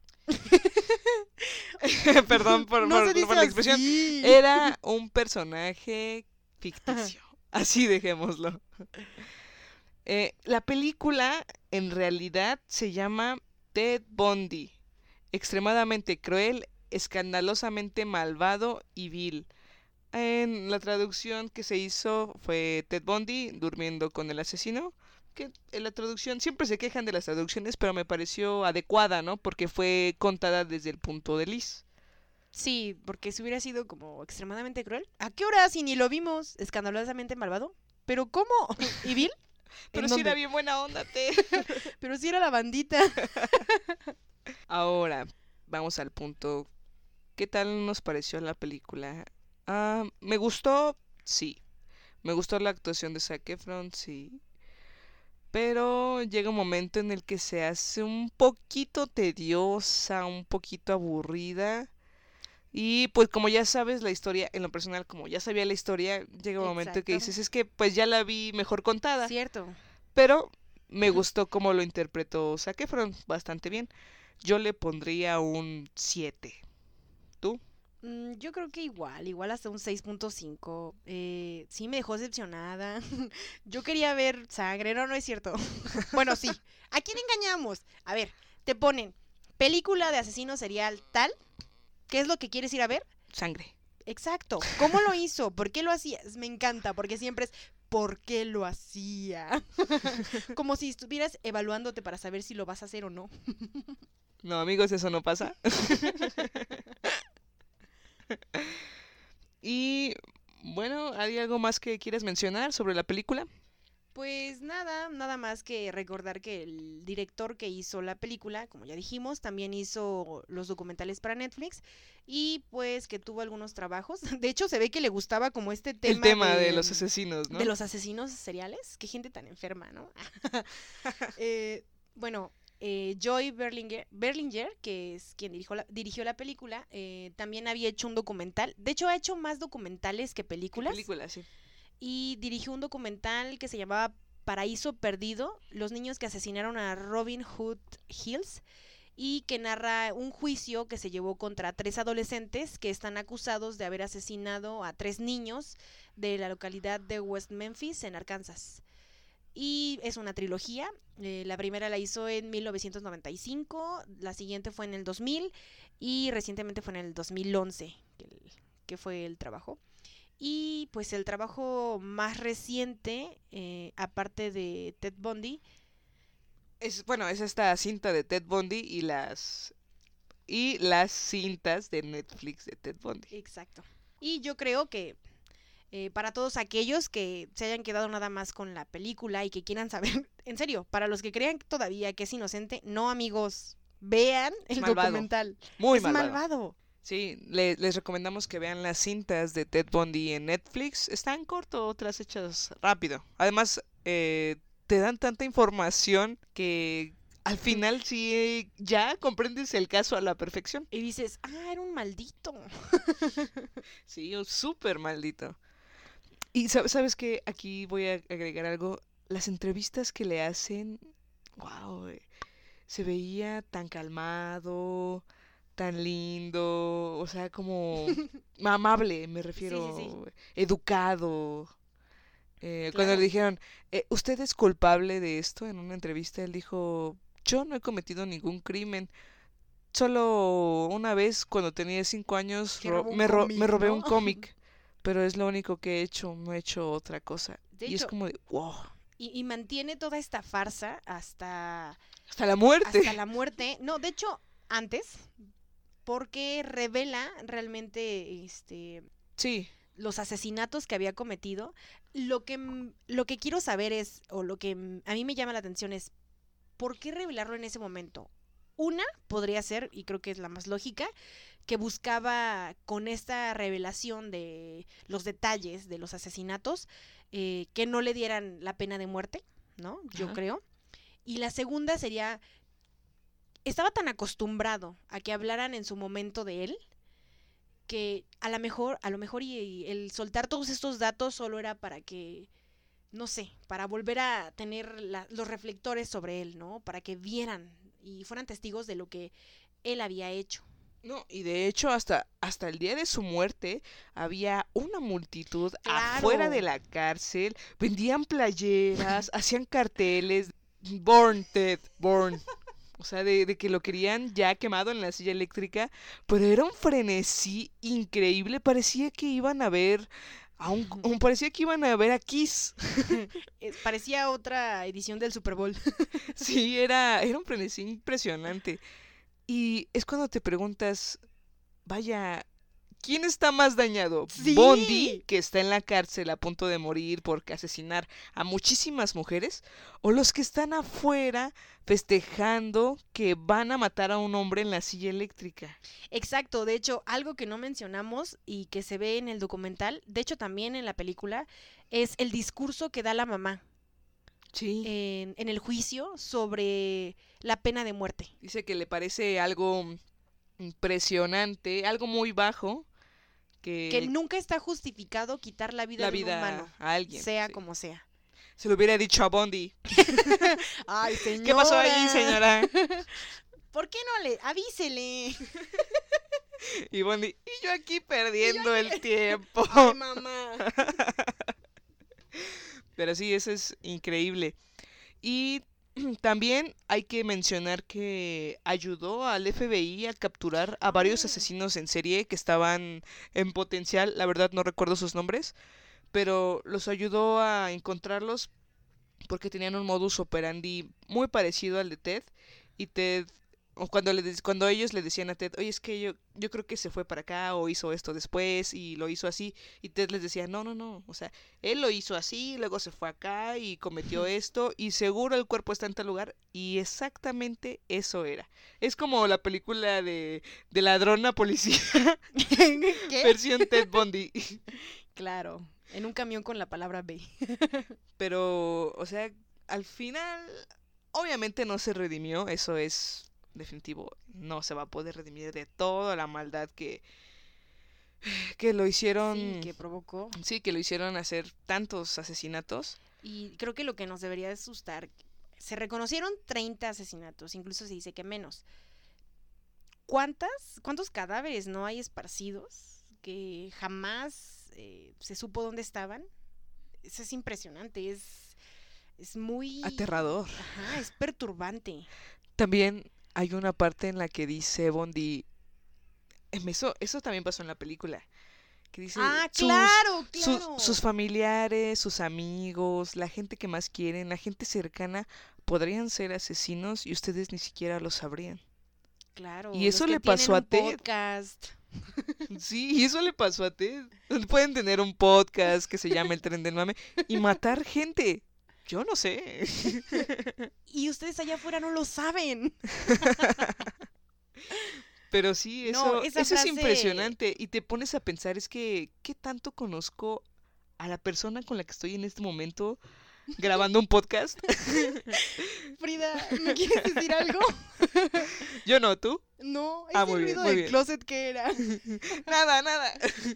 Perdón por, No por- se dice por la expresión. así. Era un personaje ficticio. Así dejémoslo. Eh, la película en realidad se llama Ted Bundy. Extremadamente cruel, escandalosamente malvado y vil. En la traducción que se hizo fue Ted Bundy durmiendo con el asesino. Que en la traducción siempre se quejan de las traducciones, pero me pareció adecuada, ¿no? Porque fue contada desde el punto de Liz. Sí, porque si hubiera sido como extremadamente cruel. ¿A qué hora si ni lo vimos? Escandalosamente malvado. ¿Pero cómo? ¿Y Bill? Pero ¿En sí dónde? era bien buena onda, Ted. Pero sí era la bandita. Ahora, vamos al punto. ¿Qué tal nos pareció la película? Ah, ¿me gustó? Sí. ¿Me gustó la actuación de Zac Efron? Sí. Pero llega un momento en el que se hace un poquito tediosa, un poquito aburrida. Y pues como ya sabes la historia, en lo personal, como ya sabía la historia, llega un momento que Exacto. dices, es que pues ya la vi mejor contada. Cierto. Pero me gustó cómo lo interpretó Zac Efron, bastante bien. Yo le pondría un siete. ¿Tú? Mm, yo creo que igual, igual hasta un seis punto cinco. Eh, sí me dejó decepcionada. Yo quería ver sangre, no, no es cierto. Bueno, sí. ¿A quién engañamos? A ver, te ponen película de asesino serial tal. ¿Qué es lo que quieres ir a ver? Sangre. Exacto. ¿Cómo lo hizo? ¿Por qué lo hacías? Me encanta, porque siempre es ¿por qué lo hacía? Como si estuvieras evaluándote para saber si lo vas a hacer o no. No, amigos, eso no pasa. Y bueno, ¿hay algo más que quieras mencionar sobre la película? Pues nada, nada más que recordar que el director que hizo la película, como ya dijimos, también hizo los documentales para Netflix y pues que tuvo algunos trabajos. De hecho, se ve que le gustaba como este tema, El tema de, los asesinos, ¿no? de los asesinos seriales. Qué gente tan enferma, ¿no? Eh, bueno, eh, Joy Berlinger, Berlinger, que es quien dirigió la, dirigió la película, eh, también había hecho un documental. De hecho, ha hecho más documentales que películas. Película, sí. Y dirigió un documental que se llamaba Paraíso Perdido, los niños que asesinaron a Robin Hood Hills, y que narra un juicio que se llevó contra tres adolescentes que están acusados de haber asesinado a tres niños de la localidad de West Memphis, en Arkansas. Y es una trilogía. Eh, la primera la hizo en mil novecientos noventa y cinco, la siguiente fue en el dos mil y recientemente fue en el dos mil once, que, que fue el trabajo. Y pues el trabajo más reciente, eh, aparte de Ted Bundy, Es, bueno, es esta cinta de Ted Bundy y las y las cintas de Netflix de Ted Bundy. exacto. Y yo creo que Eh, para todos aquellos que se hayan quedado nada más con la película y que quieran saber, en serio, para los que crean todavía que es inocente, no, amigos, vean el malvado. documental. Muy es malvado. malvado. Sí, le- les recomendamos que vean las cintas de Ted Bundy en Netflix. Están corto, otras hechas rápido. Además, eh, te dan tanta información que al final sí ya comprendes el caso a la perfección. Y dices, ah, era un maldito. Sí, un súper maldito. Y sab- sabes que aquí voy a agregar algo. Las entrevistas que le hacen, wow, se veía tan calmado, tan lindo, o sea, como amable, me refiero, sí, sí. educado. Eh, Cuando Claro. le dijeron, eh, ¿usted es culpable de esto? En una entrevista él dijo, yo no he cometido ningún crimen. Solo una vez, cuando tenía cinco años, Que ro- robó un me, ro- cómic, me robé ¿no? un cómic, pero es lo único que he hecho, no he hecho otra cosa. De Y es hecho, como de, wow, y, y mantiene toda esta farsa hasta, hasta la muerte. hasta la muerte. No, de hecho, antes, porque revela realmente este Sí, los asesinatos que había cometido. Lo que, m- lo que quiero saber es, o lo que m- a mí me llama la atención es, ¿por qué revelarlo en ese momento? Una podría ser, y creo que es la más lógica, que buscaba con esta revelación de los detalles de los asesinatos, eh, que no le dieran la pena de muerte, ¿no? Yo Ajá. creo. Y la segunda sería, estaba tan acostumbrado a que hablaran en su momento de él, que a lo mejor, a lo mejor y, y el soltar todos estos datos solo era para que, no sé, para volver a tener la- los reflectores sobre él, ¿no? Para que vieran y fueran testigos de lo que él había hecho. no, y de hecho hasta, hasta el día de su muerte había una multitud Claro. afuera de la cárcel, vendían playeras, hacían carteles, Born Ted, Born. O sea, de, de que lo querían ya quemado en la silla eléctrica, pero era un frenesí increíble, parecía que iban a ver a un, un- parecía que iban a ver a Kiss. Eh, Parecía otra edición del Super Bowl. Sí, era, era un frenesí impresionante. Y es cuando te preguntas, vaya, ¿quién está más dañado? Sí. ¿Bondi, que está en la cárcel a punto de morir por asesinar a muchísimas mujeres? ¿O los que están afuera festejando que van a matar a un hombre en la silla eléctrica? Exacto, de hecho, algo que no mencionamos y que se ve en el documental, de hecho también en la película, es el discurso que da la mamá Sí. en, en el juicio sobre la pena de muerte. Dice que le parece algo impresionante, algo muy bajo, que, Que nunca está justificado quitar la vida la de un vida humano, a alguien. sea sí. como sea. Se lo hubiera dicho a Bondi. Ay, señora. ¿Qué pasó allí, señora? ¿Por qué no le avísele? Y Bondi, y yo aquí perdiendo el tiempo. Ay, mamá. Pero sí, eso es increíble. Y también hay que mencionar que ayudó al F B I a capturar a varios Ah. asesinos en serie que estaban en potencial. La verdad no recuerdo sus nombres, pero los ayudó a encontrarlos porque tenían un modus operandi muy parecido al de Ted. Y Ted, o cuando, le, de- cuando ellos le decían a Ted, oye, es que yo, yo creo que se fue para acá o hizo esto después y lo hizo así. Y Ted les decía, no, no, no, o sea, él lo hizo así, luego se fue acá y cometió esto y seguro el cuerpo está en tal lugar. Y exactamente eso era. Es como la película de, de ladrona policía, ¿Qué? versión Ted Bundy. Claro, en un camión con la palabra B. Pero, o sea, al final, obviamente no se redimió, eso es definitivo, no se va a poder redimir de toda la maldad que, que lo hicieron, Sí, que provocó. sí, que lo hicieron hacer tantos asesinatos. Y creo que lo que nos debería de asustar, se reconocieron treinta asesinatos, incluso se dice que menos. ¿Cuántas, cuántos cadáveres no hay esparcidos que jamás eh, se supo dónde estaban? Eso es impresionante, es, es muy... Aterrador. Ajá, es perturbante. También hay una parte en la que dice Bondi, em, eso, eso también pasó en la película, que dice, Ah, sus, claro, sus- claro. sus familiares, sus amigos, la gente que más quieren, la gente cercana, podrían ser asesinos y ustedes ni siquiera lo sabrían. Claro. y eso los que le pasó tienen a un Ted. podcast. Sí, y eso le pasó a Ted. Pueden tener un podcast que se llama El Tren del Mame y matar gente. Yo no sé. Y ustedes allá afuera no lo saben. Pero sí, eso, No, esa eso es frase- impresionante. Y te pones a pensar, es que, ¿qué tanto conozco a la persona con la que estoy en este momento grabando un podcast? Frida, ¿me quieres decir algo? Yo no, ¿tú? No, Ah, ese muy bien, ruido muy de bien. closet que era. Nada, nada.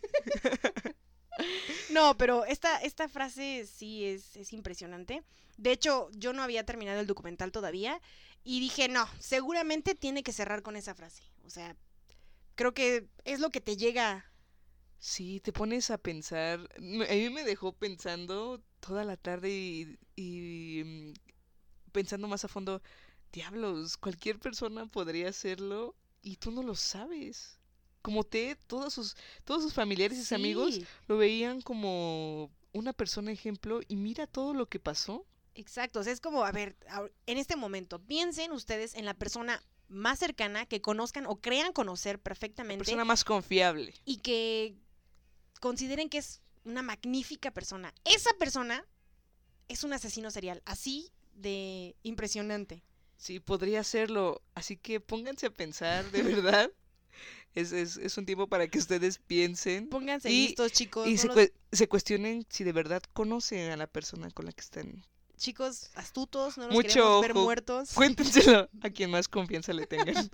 No, pero esta, esta frase sí es, es impresionante. De hecho, yo no había terminado el documental todavía y dije, no, seguramente tiene que cerrar con esa frase. O sea, creo que es lo que te llega. Sí, te pones a pensar. m- A mí me dejó pensando toda la tarde y, y, mm, pensando más a fondo. Diablos, cualquier persona podría hacerlo y tú no lo sabes. Como Ted, todos sus, todos sus familiares y sus amigos Sí, lo veían como una persona ejemplo y mira todo lo que pasó. exacto. O sea, es como, a ver, ahor- en este momento, piensen ustedes en la persona más cercana que conozcan o crean conocer La perfectamente persona más confiable. y que consideren que es una magnífica persona. Esa persona es un asesino serial, así de impresionante. Sí, podría hacerlo. Así que pónganse a pensar, de verdad. Es, es, es un tiempo para que ustedes piensen Pónganse Y- listos, chicos. y no se, los- cue- se cuestionen si de verdad conocen a la persona con la que están. Chicos astutos, no nos Mucho queremos ver ojo. muertos. Cuéntenselo a quien más confianza le tengan.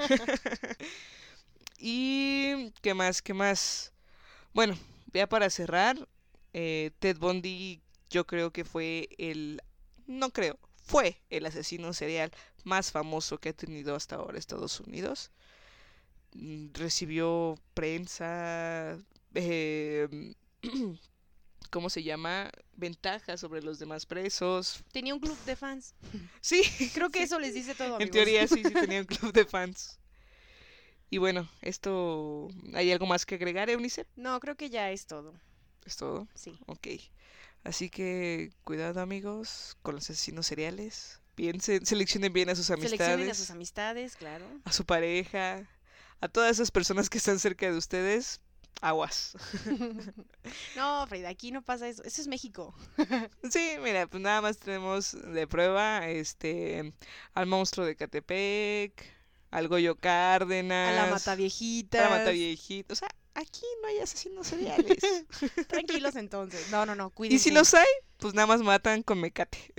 Y ¿qué más? ¿Qué más? Bueno, ya para cerrar, eh, Ted Bundy yo creo que fue el, no creo, fue el asesino serial más famoso que ha tenido hasta ahora Estados Unidos. Mm, Recibió prensa, eh, ¿cómo se llama? Ventajas sobre los demás presos. Tenía un club de fans. Sí, Creo que eso les dice todo, en amigos. teoría sí, sí tenía un club de fans. Y bueno, esto, ¿hay algo más que agregar, Eunice? No, creo que ya es todo. Es todo. Sí. Ok. Así que cuidado, amigos, con los asesinos seriales. Piensen, seleccionen bien a sus amistades, Seleccionen a sus amistades, claro. a su pareja, a todas esas personas que están cerca de ustedes. Aguas. No, Frida, aquí no pasa eso. Eso es México. Sí, mira, pues nada más tenemos de prueba este al monstruo de Catepec, al Goyo Cárdenas, A la a Mataviejita. la Mataviejita. O sea, aquí no hay asesinos seriales. Tranquilos entonces. No, no, no, Y cuídense. si los hay, pues nada más matan con mecate.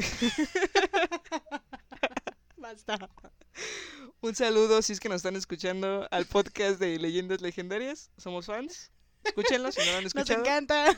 Basta. Un saludo si es que nos están escuchando al podcast de Leyendas Legendarias. Somos fans. Escúchenlo si no lo han Nos escuchado. encanta.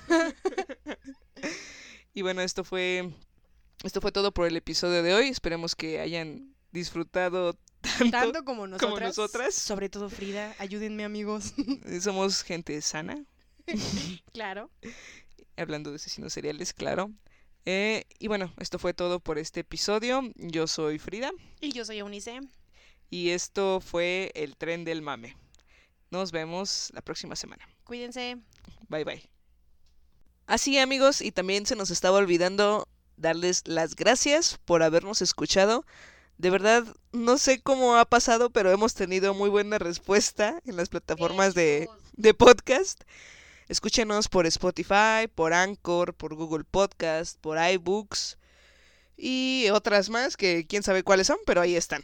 Y bueno, esto fue esto fue todo por el episodio de hoy. Esperemos que hayan disfrutado tanto. Tanto como nosotras. nosotras. Sobre todo Frida. Ayúdenme, amigos. Somos gente sana, Claro. hablando de asesinos seriales, claro. Eh, y bueno, esto fue todo por este episodio. Yo soy Frida Y yo soy Eunice. y esto fue El Tren del Mame. Nos vemos la próxima semana. Cuídense. Bye bye. Así, amigos, y también se nos estaba olvidando darles las gracias por habernos escuchado. De verdad, no sé cómo ha pasado, pero hemos tenido muy buena respuesta en las plataformas de, de podcast. Escúchenos por Spotify, por Anchor, por Google Podcast, por iBooks y otras más que quién sabe cuáles son, pero ahí están.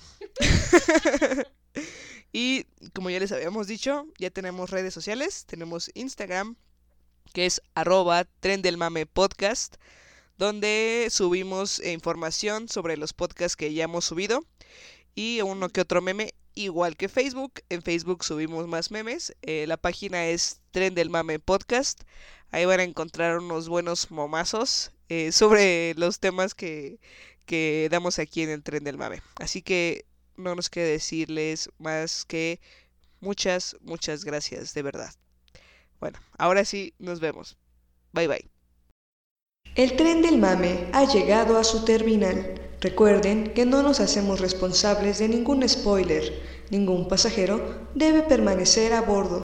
Y como ya les habíamos dicho, ya tenemos redes sociales. Tenemos Instagram, que es arroba Tren del Mame Podcast, donde subimos eh, información sobre los podcasts que ya hemos subido y uno que otro meme, igual que Facebook. En Facebook subimos más memes. Eh, la página es Tren del Mame Podcast. Ahí van a encontrar unos buenos momazos eh, sobre los temas que, que damos aquí en el Tren del Mame. Así que no nos queda decirles más que muchas, muchas gracias, de verdad. Bueno, ahora sí, nos vemos. Bye bye. El tren del mame ha llegado a su terminal. Recuerden que no nos hacemos responsables de ningún spoiler. Ningún pasajero debe permanecer a bordo.